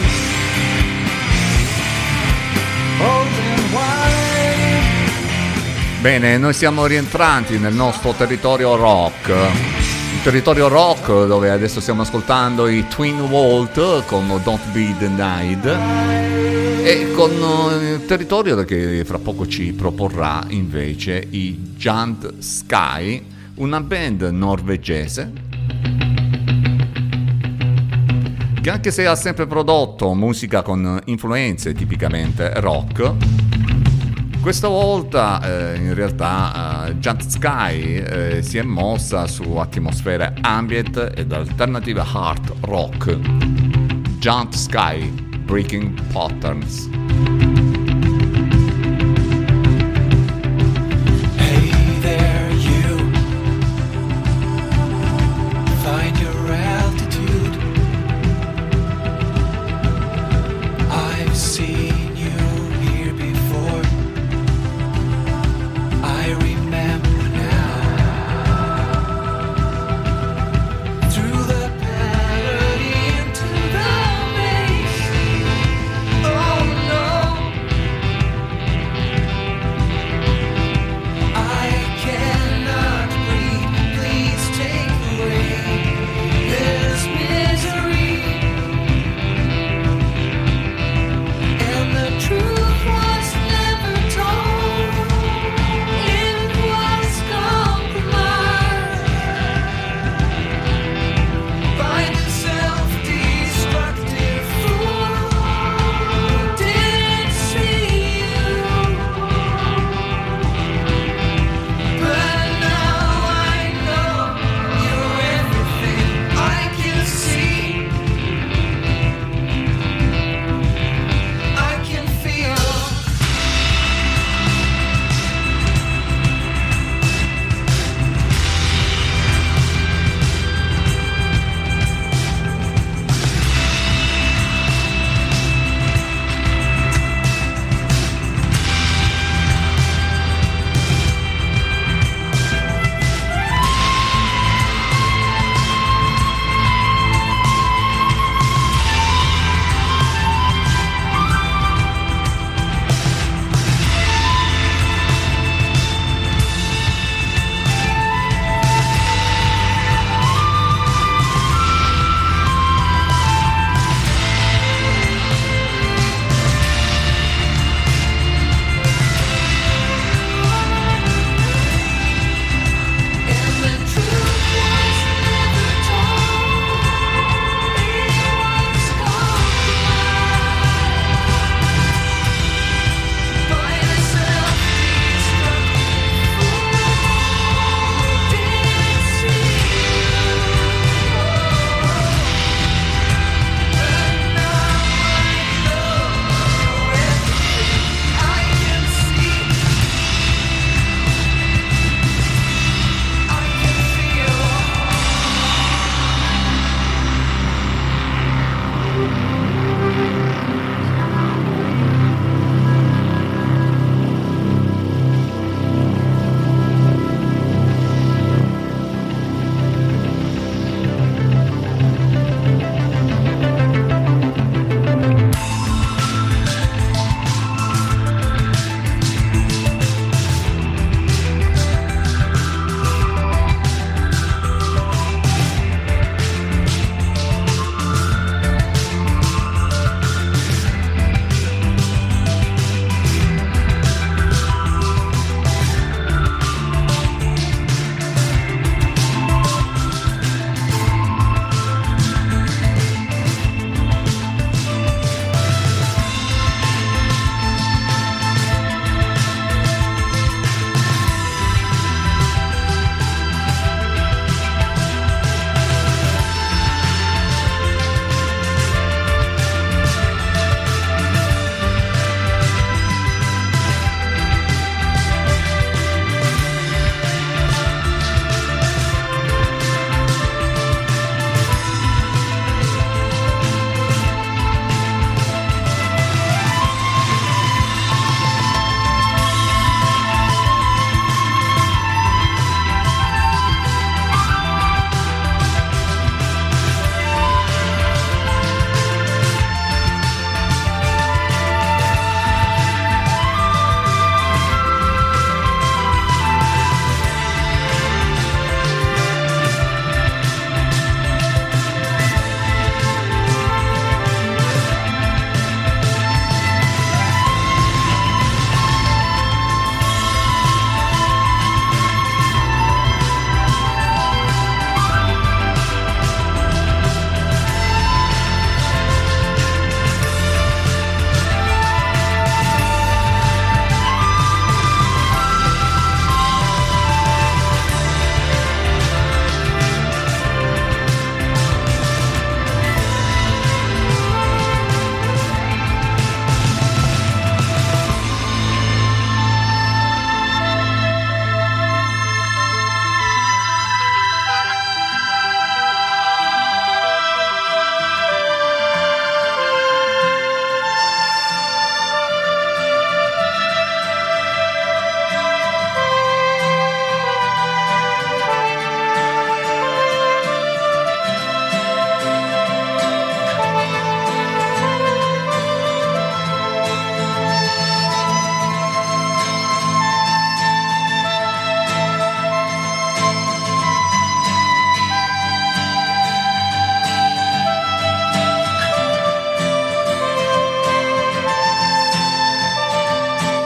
Open wide. Bene, noi siamo rientranti nel nostro territorio rock. Territorio rock dove adesso stiamo ascoltando i Twin Volt con Don't Be Denied, e con il territorio che fra poco ci proporrà invece i Giant Sky, una band norvegese che, anche se ha sempre prodotto musica con influenze tipicamente rock, questa volta in realtà Giant Sky si è mossa su atmosfere ambient ed alternative hard rock. Giant Sky, Breaking Patterns. Hey there, you.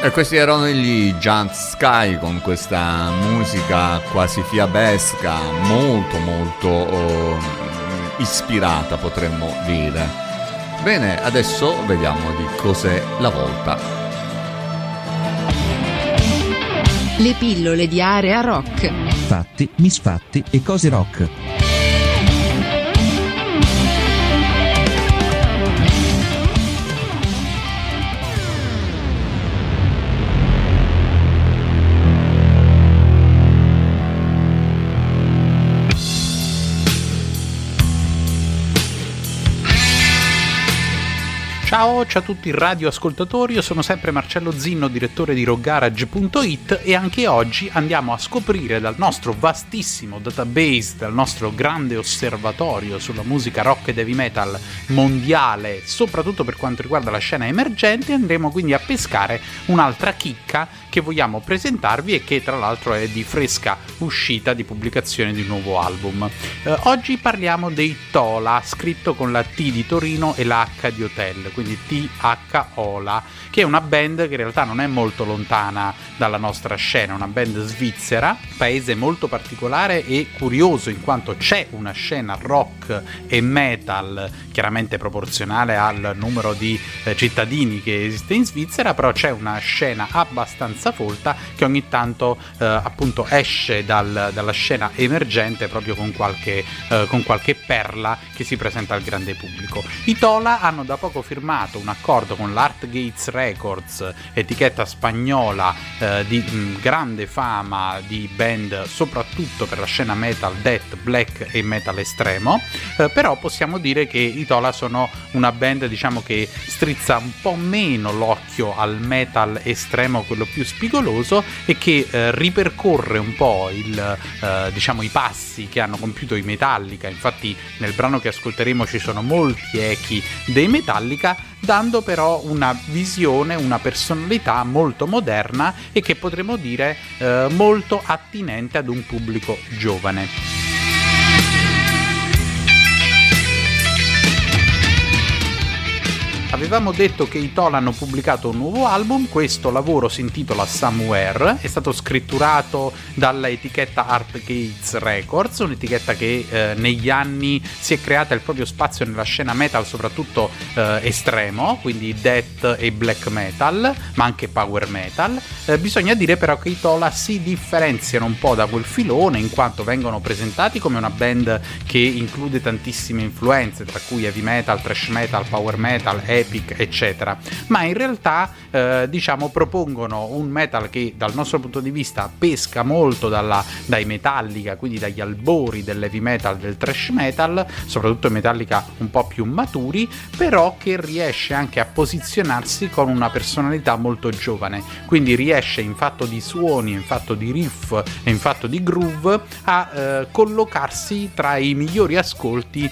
E questi erano gli Giant Sky con questa musica quasi fiabesca, molto molto ispirata, potremmo dire. Bene, adesso vediamo di cos'è la volta. Le pillole di Area Rock. Fatti, misfatti e cose rock. Ciao a tutti i radioascoltatori, io sono sempre Marcello Zinno, direttore di rockgarage.it, e anche oggi andiamo a scoprire dal nostro vastissimo database, dal nostro grande osservatorio sulla musica rock ed heavy metal mondiale, soprattutto per quanto riguarda la scena emergente, andremo quindi a pescare un'altra chicca che vogliamo presentarvi e che tra l'altro è di fresca uscita di pubblicazione di un nuovo album. Oggi parliamo dei Tola, scritto con la T di Torino e la H di Hotel, quindi T-H-Ola, che è una band che in realtà non è molto lontana dalla nostra scena, una band svizzera, paese molto particolare e curioso in quanto c'è una scena rock e metal chiaramente proporzionale al numero di cittadini che esiste in Svizzera, però c'è una scena abbastanza folta che ogni tanto appunto esce dalla scena emergente proprio con qualche perla che si presenta al grande pubblico. I Tola hanno da poco firmato un accordo con l'Art Gates Records, etichetta spagnola di grande fama di band soprattutto per la scena metal, death, black e metal estremo, però possiamo dire che i Tola sono una band, diciamo, che strizza un po' meno l'occhio al metal estremo, quello più spigoloso, e che ripercorre un po' diciamo i passi che hanno compiuto i Metallica. Infatti nel brano che ascolteremo ci sono molti echi dei Metallica, dando però una visione, una personalità molto moderna e che potremmo dire molto attinente ad un pubblico giovane. Avevamo detto che i Tola hanno pubblicato un nuovo album, questo lavoro si intitola Somewhere, è stato scritturato dalla etichetta Art Gates Records, un'etichetta che negli anni si è creata il proprio spazio nella scena metal, soprattutto estremo, quindi death e black metal, ma anche power metal. Bisogna dire però che i Tola si differenziano un po' da quel filone, in quanto vengono presentati come una band che include tantissime influenze, tra cui heavy metal, thrash metal, power metal, epic, eccetera, ma in realtà diciamo propongono un metal che dal nostro punto di vista pesca molto dai Metallica, quindi dagli albori dell'heavy metal, del thrash metal, soprattutto i Metallica un po' più maturi, però che riesce anche a posizionarsi con una personalità molto giovane, quindi riesce in fatto di suoni, in fatto di riff e in fatto di groove a collocarsi tra i migliori ascolti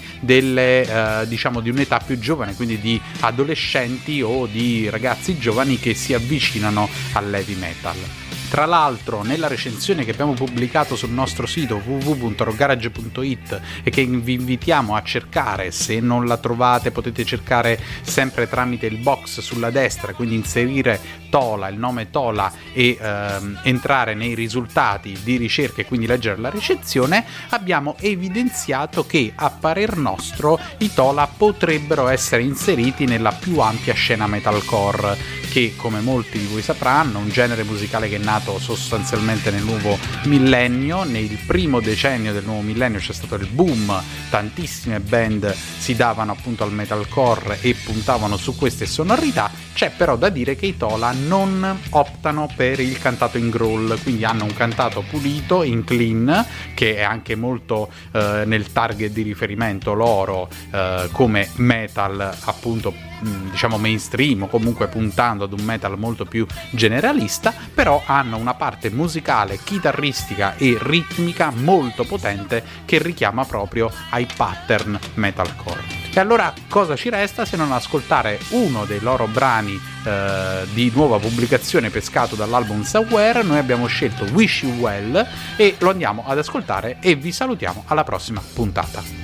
diciamo di un'età più giovane, quindi di adolescenti o di ragazzi giovani che si avvicinano all'heavy metal. Tra l'altro, nella recensione che abbiamo pubblicato sul nostro sito www.rockgarage.it e che vi invitiamo a cercare, se non la trovate potete cercare sempre tramite il box sulla destra, quindi inserire Tola, il nome Tola, e entrare nei risultati di ricerca e quindi leggere la recensione, abbiamo evidenziato che a parer nostro i Tola potrebbero essere inseriti nella più ampia scena metalcore, che come molti di voi sapranno è un genere musicale che è nato sostanzialmente nel nuovo millennio. Nel primo decennio del nuovo millennio c'è stato il boom, tantissime band si davano appunto al metalcore e puntavano su queste sonorità. C'è però da dire che i Tola non optano per il cantato in growl, quindi hanno un cantato pulito, in clean, che è anche molto nel target di riferimento loro come metal appunto diciamo mainstream, o comunque puntando ad un metal molto più generalista, però hanno una parte musicale, chitarristica e ritmica molto potente che richiama proprio ai pattern metalcore. E allora cosa ci resta se non ascoltare uno dei loro brani di nuova pubblicazione pescato dall'album Somewhere? Noi abbiamo scelto Wish You Well e lo andiamo ad ascoltare e vi salutiamo alla prossima puntata.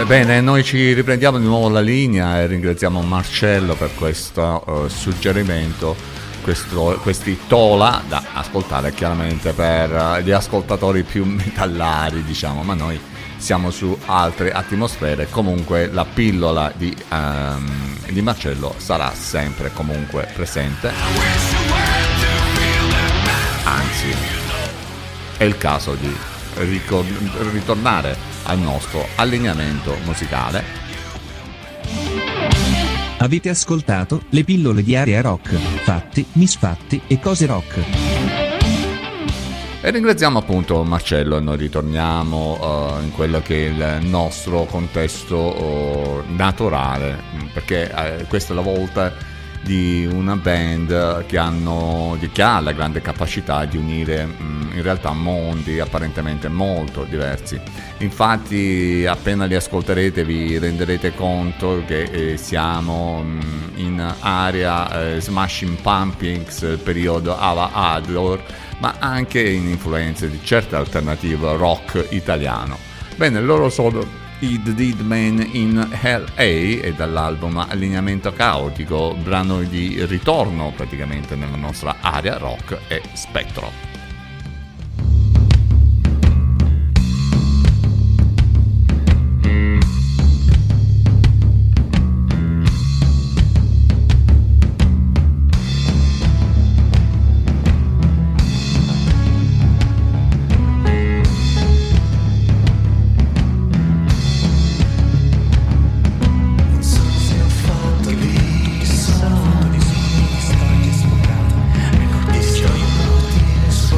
Bene, noi ci riprendiamo di nuovo la linea e ringraziamo Marcello per questo suggerimento, questi Tola da ascoltare chiaramente per gli ascoltatori più metallari, diciamo, ma noi siamo su altre atmosfere. Comunque la pillola di Marcello sarà sempre comunque presente, anzi è il caso di ritornare al nostro allineamento musicale. Avete ascoltato le pillole di Area Rock, fatti, misfatti e cose rock. E ringraziamo appunto Marcello e noi ritorniamo in quello che è il nostro contesto naturale, perché questa è la volta di una band che ha la grande capacità di unire in realtà mondi apparentemente molto diversi. Infatti appena li ascolterete vi renderete conto che siamo in area Smashing Pumpkins, periodo Ava Ador, ma anche in influenze di certe alternative rock italiano. Bene, loro sono i The Dead Man in L.A. e dall'album Allineamento Caotico, brano di ritorno praticamente nella nostra area rock e spettro. Storie sfogate, ricordi sciogli,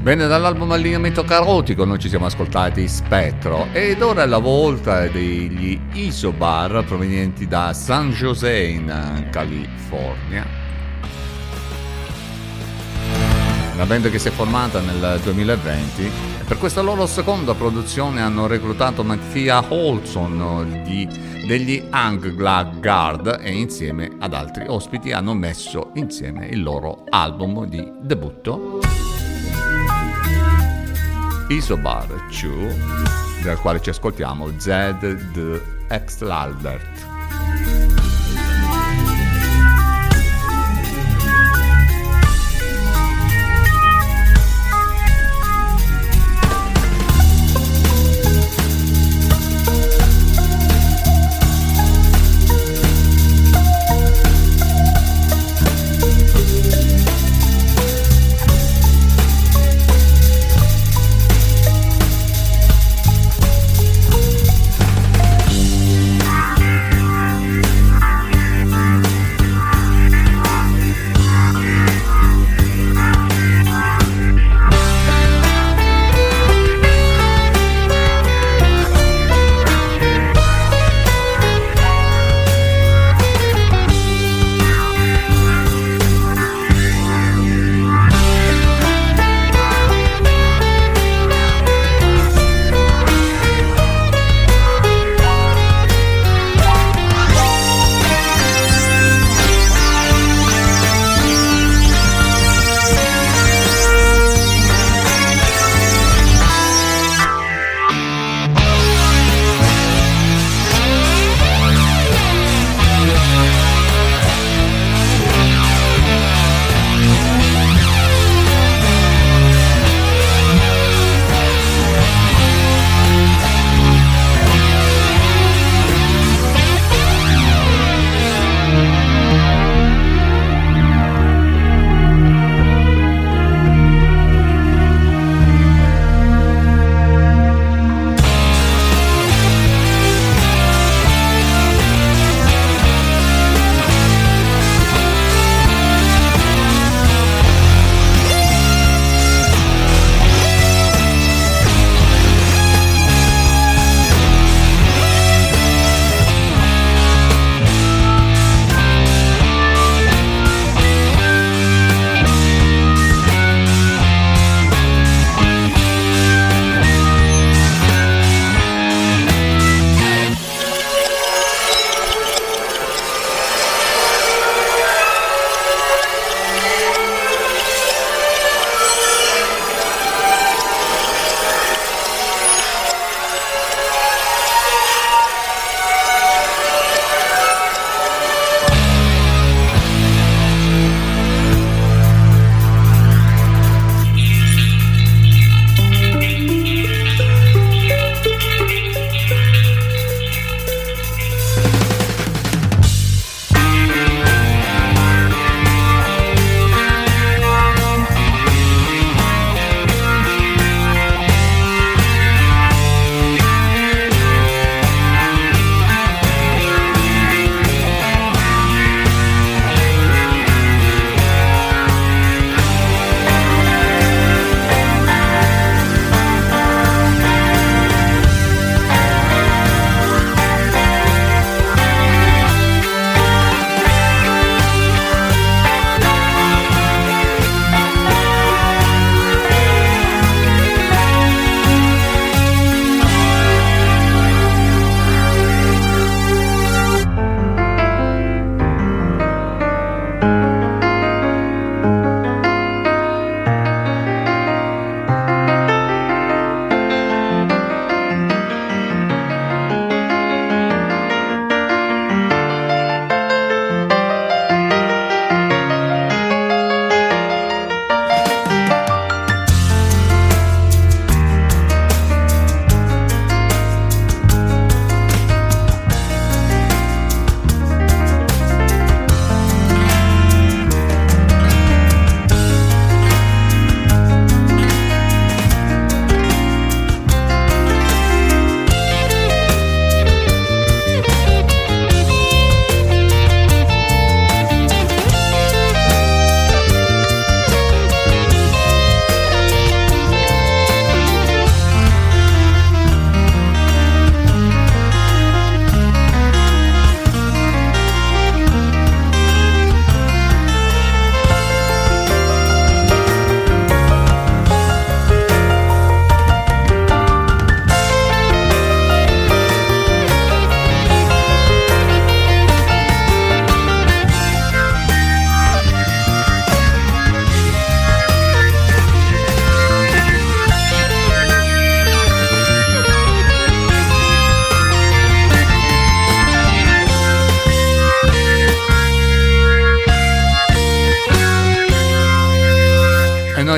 Bene, dall'album Allineamento Caotico noi ci siamo ascoltati Spettro ed ora è la volta degli Isobar provenienti da San José in California. Una band che si è formata nel 2020 e per questa loro seconda produzione hanno reclutato Mathia Olson degli Anglagard e insieme ad altri ospiti hanno messo insieme il loro album di debutto Isobar 2, dal quale ci ascoltiamo Zed de Exlalbert.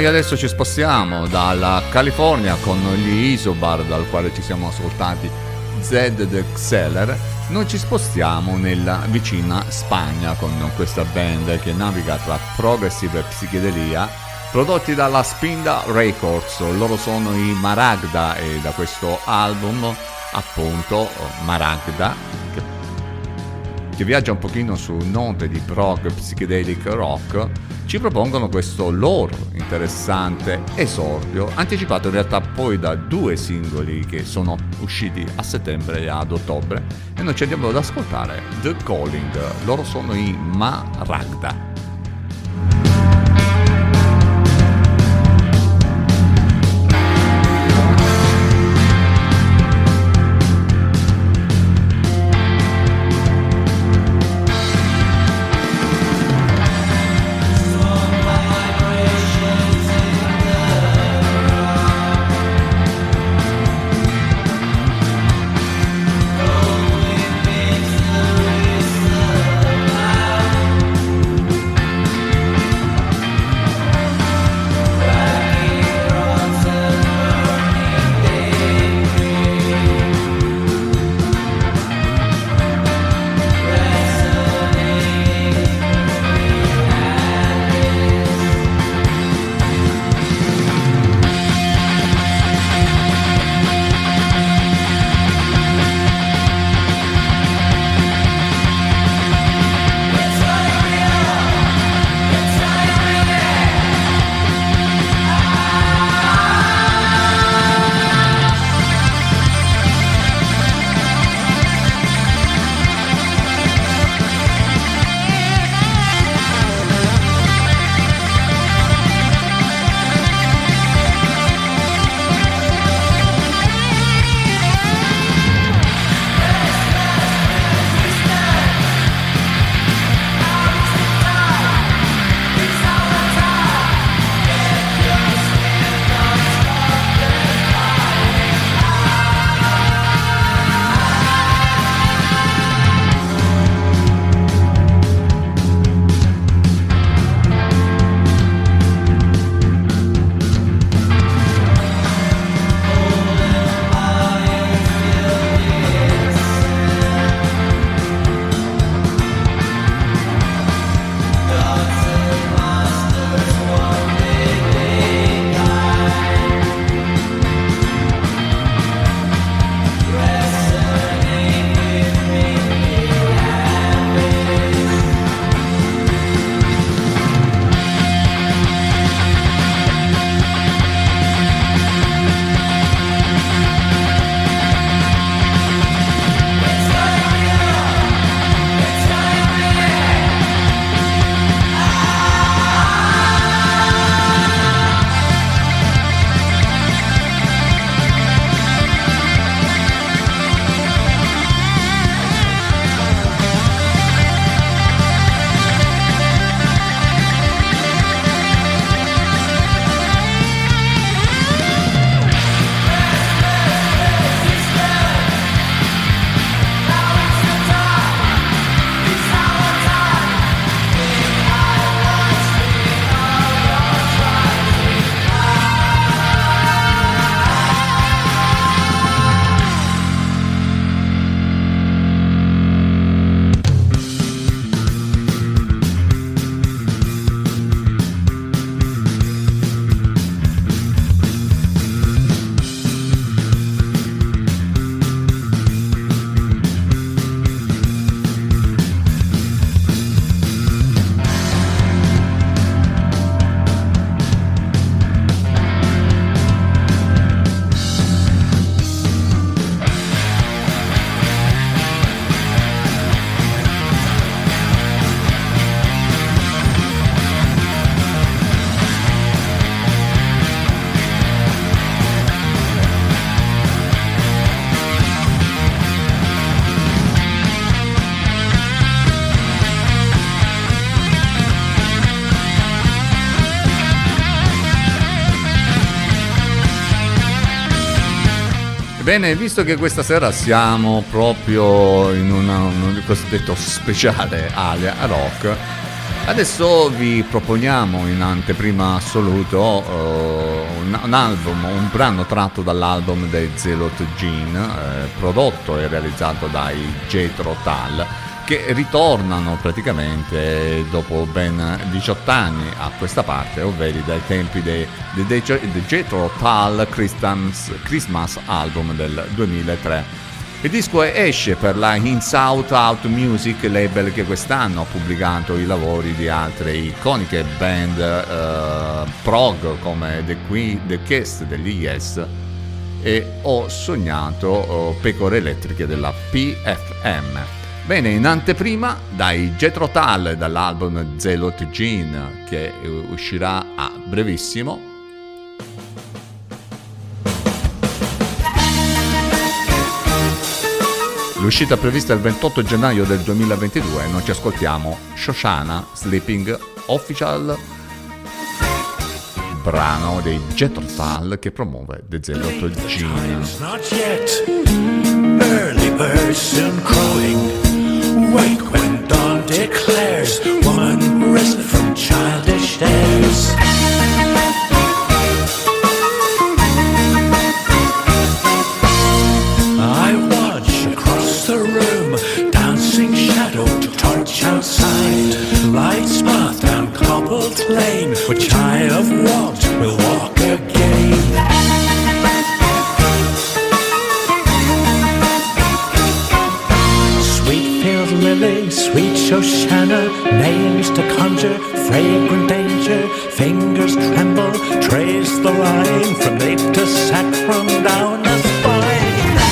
adesso ci spostiamo dalla California con gli Isobar, dal quale ci siamo ascoltati Zed the Xeler. Noi ci spostiamo nella vicina Spagna con questa band che naviga tra progressive e psichedelia, prodotti dalla Spinda Records. Loro sono i Maragda e da questo album, appunto, Maragda, che viaggia un pochino su note di prog psychedelic rock, ci propongono questo loro interessante esordio, anticipato in realtà poi da 2 singoli che sono usciti a settembre e ad ottobre, e noi ci andiamo ad ascoltare The Calling. Loro sono i Maragda. Bene, visto che questa sera siamo proprio in un cosiddetto speciale Aria Rock, Adesso vi proponiamo in anteprima assoluto un brano tratto dall'album dei Zealot Gene, prodotto e realizzato dai Jethro Tull, che ritornano praticamente dopo ben 18 anni a questa parte, ovvero dai tempi dei Jethro Tull Christmas album del 2003. Il disco esce per la In South Out Music, label che quest'anno ha pubblicato i lavori di altre iconiche band prog come The Kiss degli Yes e Ho Sognato Pecore Elettriche della PFM. Bene, in anteprima dai Jethro Tull dall'album Zealot Gene, che uscirà a brevissimo. L'uscita prevista il 28 gennaio del 2022, noi ci ascoltiamo Shoshana Sleeping Official, brano dei Jethro Tull che promuove The Zealot Gene. Not yet. Early birds soon crowing. Wake when dawn declares. Woman risen from childish days. I watch across the room, dancing shadow torch outside. Lights path down cobbled lane, which I have walked will walk again. Lily, sweet Shoshana, names to conjure, fragrant danger, fingers tremble, trace the line from nape to sacrum down the spine.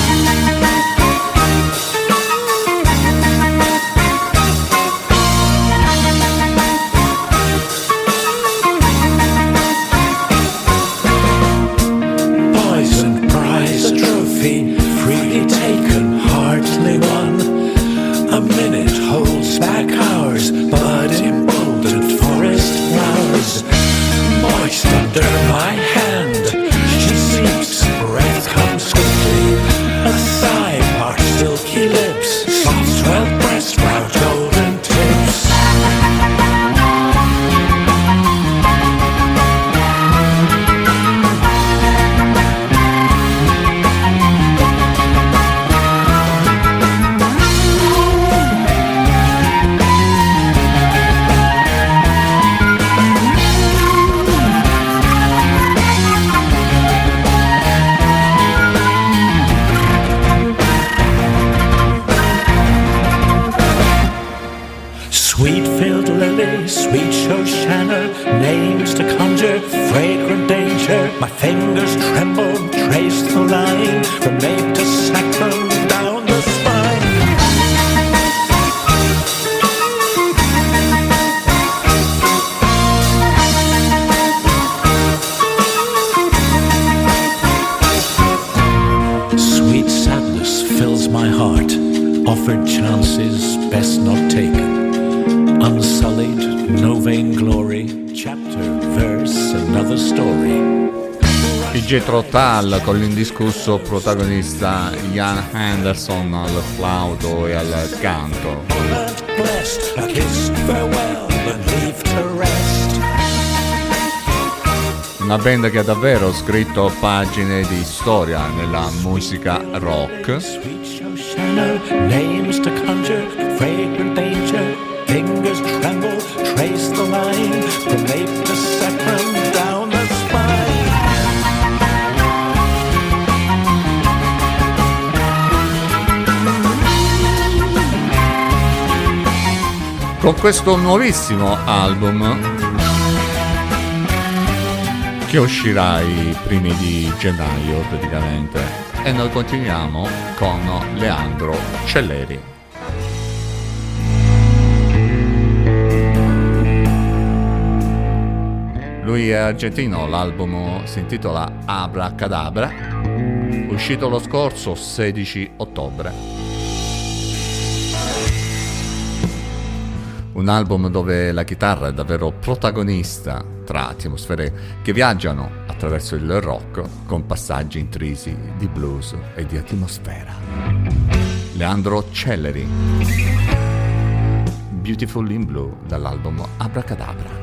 Poison prize trophy, freely taken, hardly won. A minute holds back hours, but emboldened forest flowers. Moist under my hand, she sleeps, breath comes quickly. A sigh parts silky lips, soft swelled breast sprout golden tips. Sweet-filled lily, sweet Shoshana, names to conjure, fragrant danger. My fingers tremble, trace the line from nape to sacrum down the spine. Sweet sadness fills my heart, offered chances best not taken. Unsullied, no vain glory, chapter, verse, another story. I Jethro Tull con l'indiscusso protagonista Ian Anderson al flauto e al canto. Blessed, a kiss, farewell, and leave to rest. Una band che ha davvero scritto pagine di storia nella musica rock. Sweet Shoshana, names to conjure, fragrant danger. Fingers tremble, trace the line from nape to sacrum down the spine. Con questo nuovissimo album che uscirà i primi di gennaio praticamente, e noi continuiamo con Leandro Celleri. Lui è argentino, l'album si intitola Abracadabra, uscito lo scorso 16 ottobre. Un album dove la chitarra è davvero protagonista tra atmosfere che viaggiano attraverso il rock con passaggi intrisi di blues e di atmosfera. Leandro Celleri. Beautiful in Blue dall'album Abracadabra.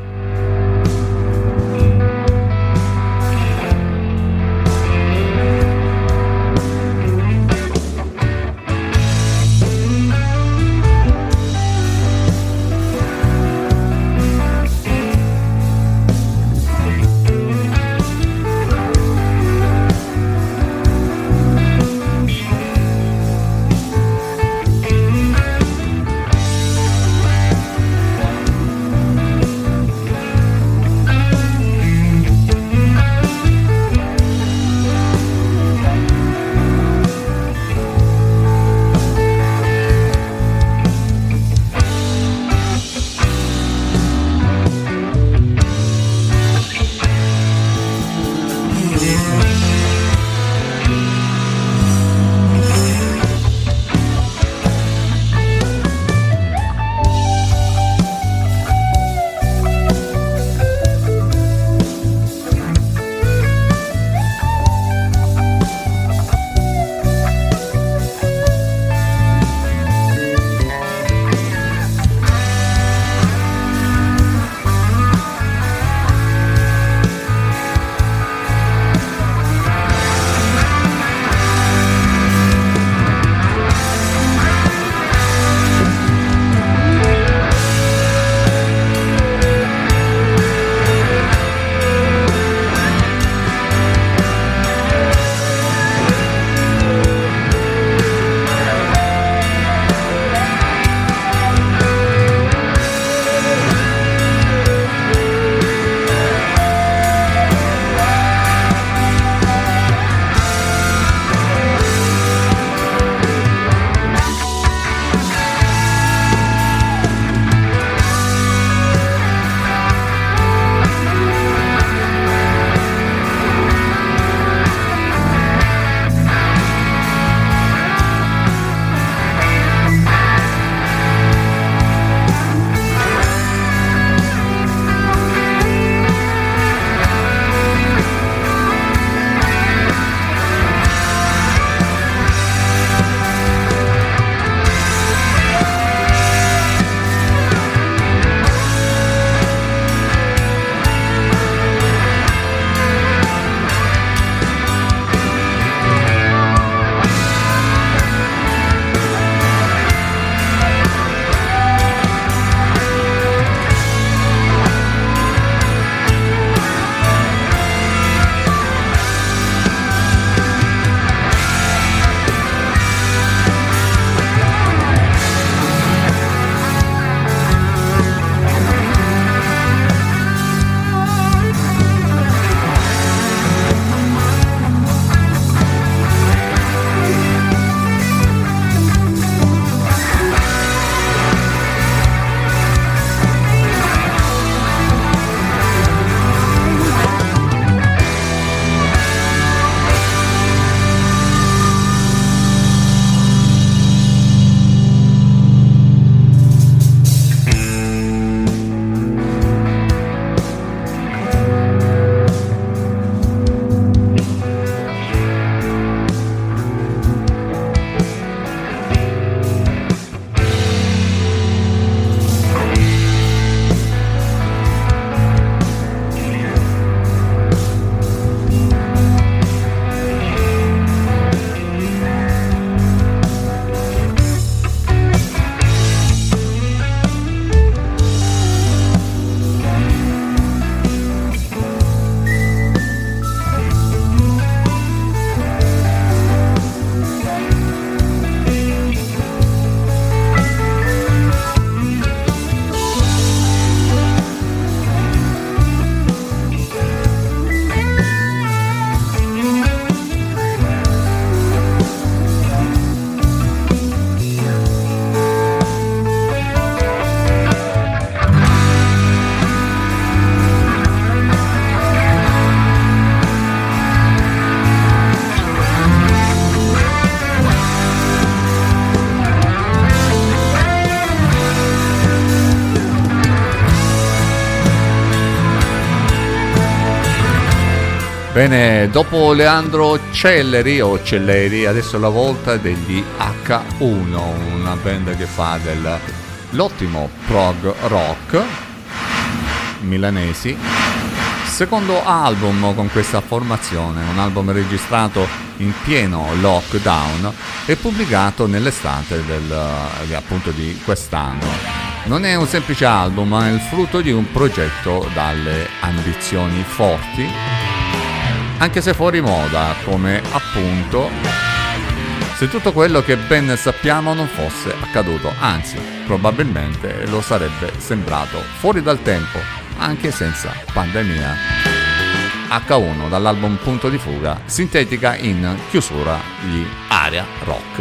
Bene, dopo Leandro Celleri o Celleri, adesso è la volta degli H1, una band che fa del l'ottimo prog rock milanesi, secondo album con questa formazione, un album registrato in pieno lockdown e pubblicato nell'estate appunto di quest'anno. Non è un semplice album, ma è il frutto di un progetto dalle ambizioni forti, anche se fuori moda, come appunto se tutto quello che ben sappiamo non fosse accaduto, anzi probabilmente lo sarebbe sembrato fuori dal tempo, anche senza pandemia. H1 dall'album Punto di fuga, sintetica in chiusura di Area Rock.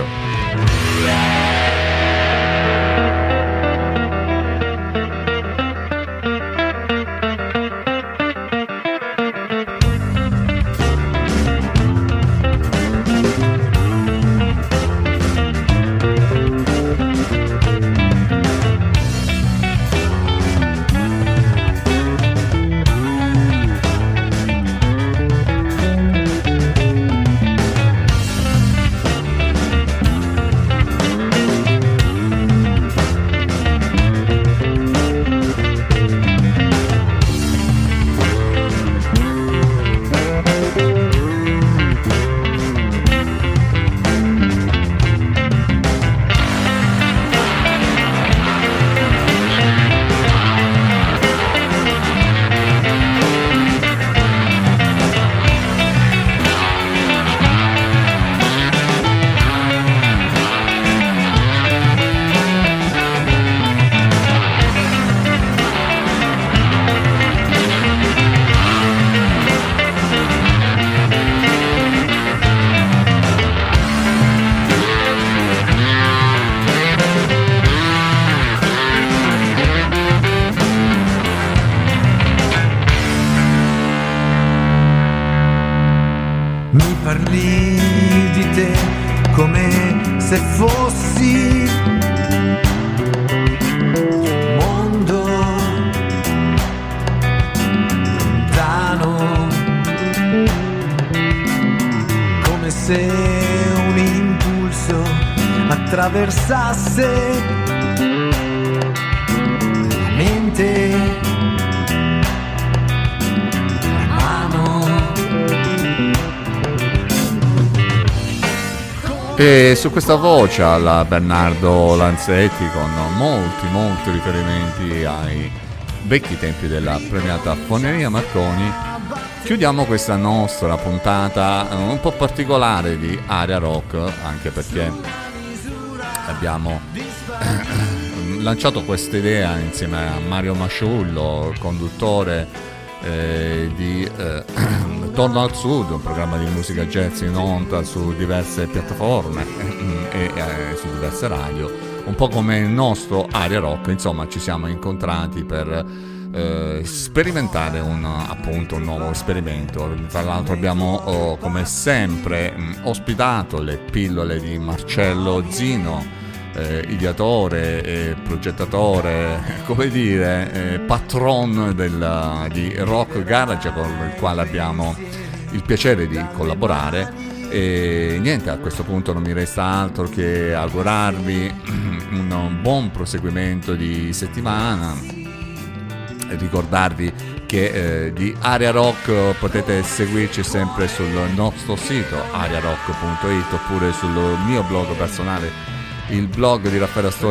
Mi parli di te come se fossi un mondo lontano, come se un impulso attraversasse la mente. E su questa voce alla Bernardo Lanzetti, con molti riferimenti ai vecchi tempi della premiata Foneria Marconi, chiudiamo questa nostra puntata un po' particolare di Area Rock, anche perché abbiamo lanciato questa idea insieme a Mario Masciullo, conduttore di Torno al Sud, un programma di musica jazz in onda su diverse piattaforme e su diverse radio, un po' come il nostro Area Rock. Insomma, ci siamo incontrati per sperimentare appunto un nuovo esperimento. Tra l'altro abbiamo come sempre ospitato le pillole di Marcello Zino, ideatore, progettatore, come dire, patron di Rock Garage, con il quale abbiamo il piacere di collaborare. E niente, a questo punto non mi resta altro che augurarvi un buon proseguimento di settimana, ricordarvi che di Area Rock potete seguirci sempre sul nostro sito ariarock.it, oppure sul mio blog personale, il blog di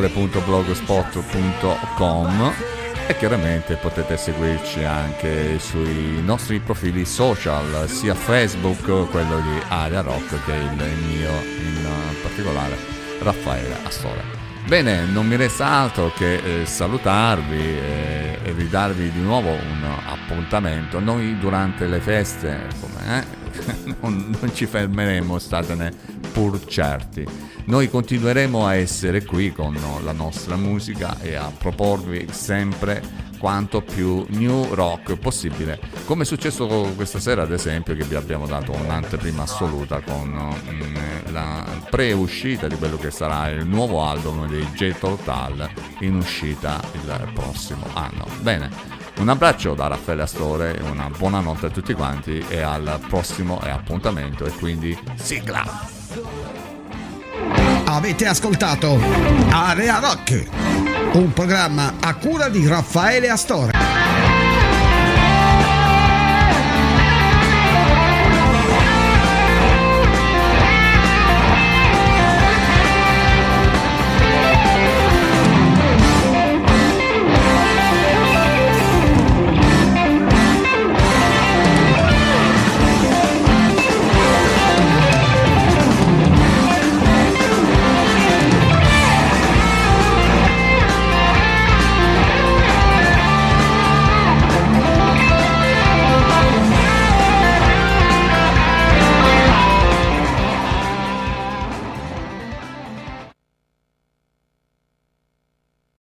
raffaeleastore.blogspot.com, e chiaramente potete seguirci anche sui nostri profili social, sia Facebook, quello di Area Rock, che il mio in particolare, Raffaele Astore. Bene, non mi resta altro che salutarvi e ridarvi di nuovo un appuntamento. Noi durante le feste non ci fermeremo, statene pur certi. Noi continueremo a essere qui con la nostra musica e a proporvi sempre quanto più new rock possibile, come è successo questa sera, ad esempio, che vi abbiamo dato un'anteprima assoluta con la pre-uscita di quello che sarà il nuovo album dei Jethro Tull, in uscita il prossimo anno. Bene, un abbraccio da Raffaele Astore, una buonanotte a tutti quanti e al prossimo appuntamento, e quindi sigla! Avete ascoltato Area Rock, Un programma a cura di Raffaele Astore.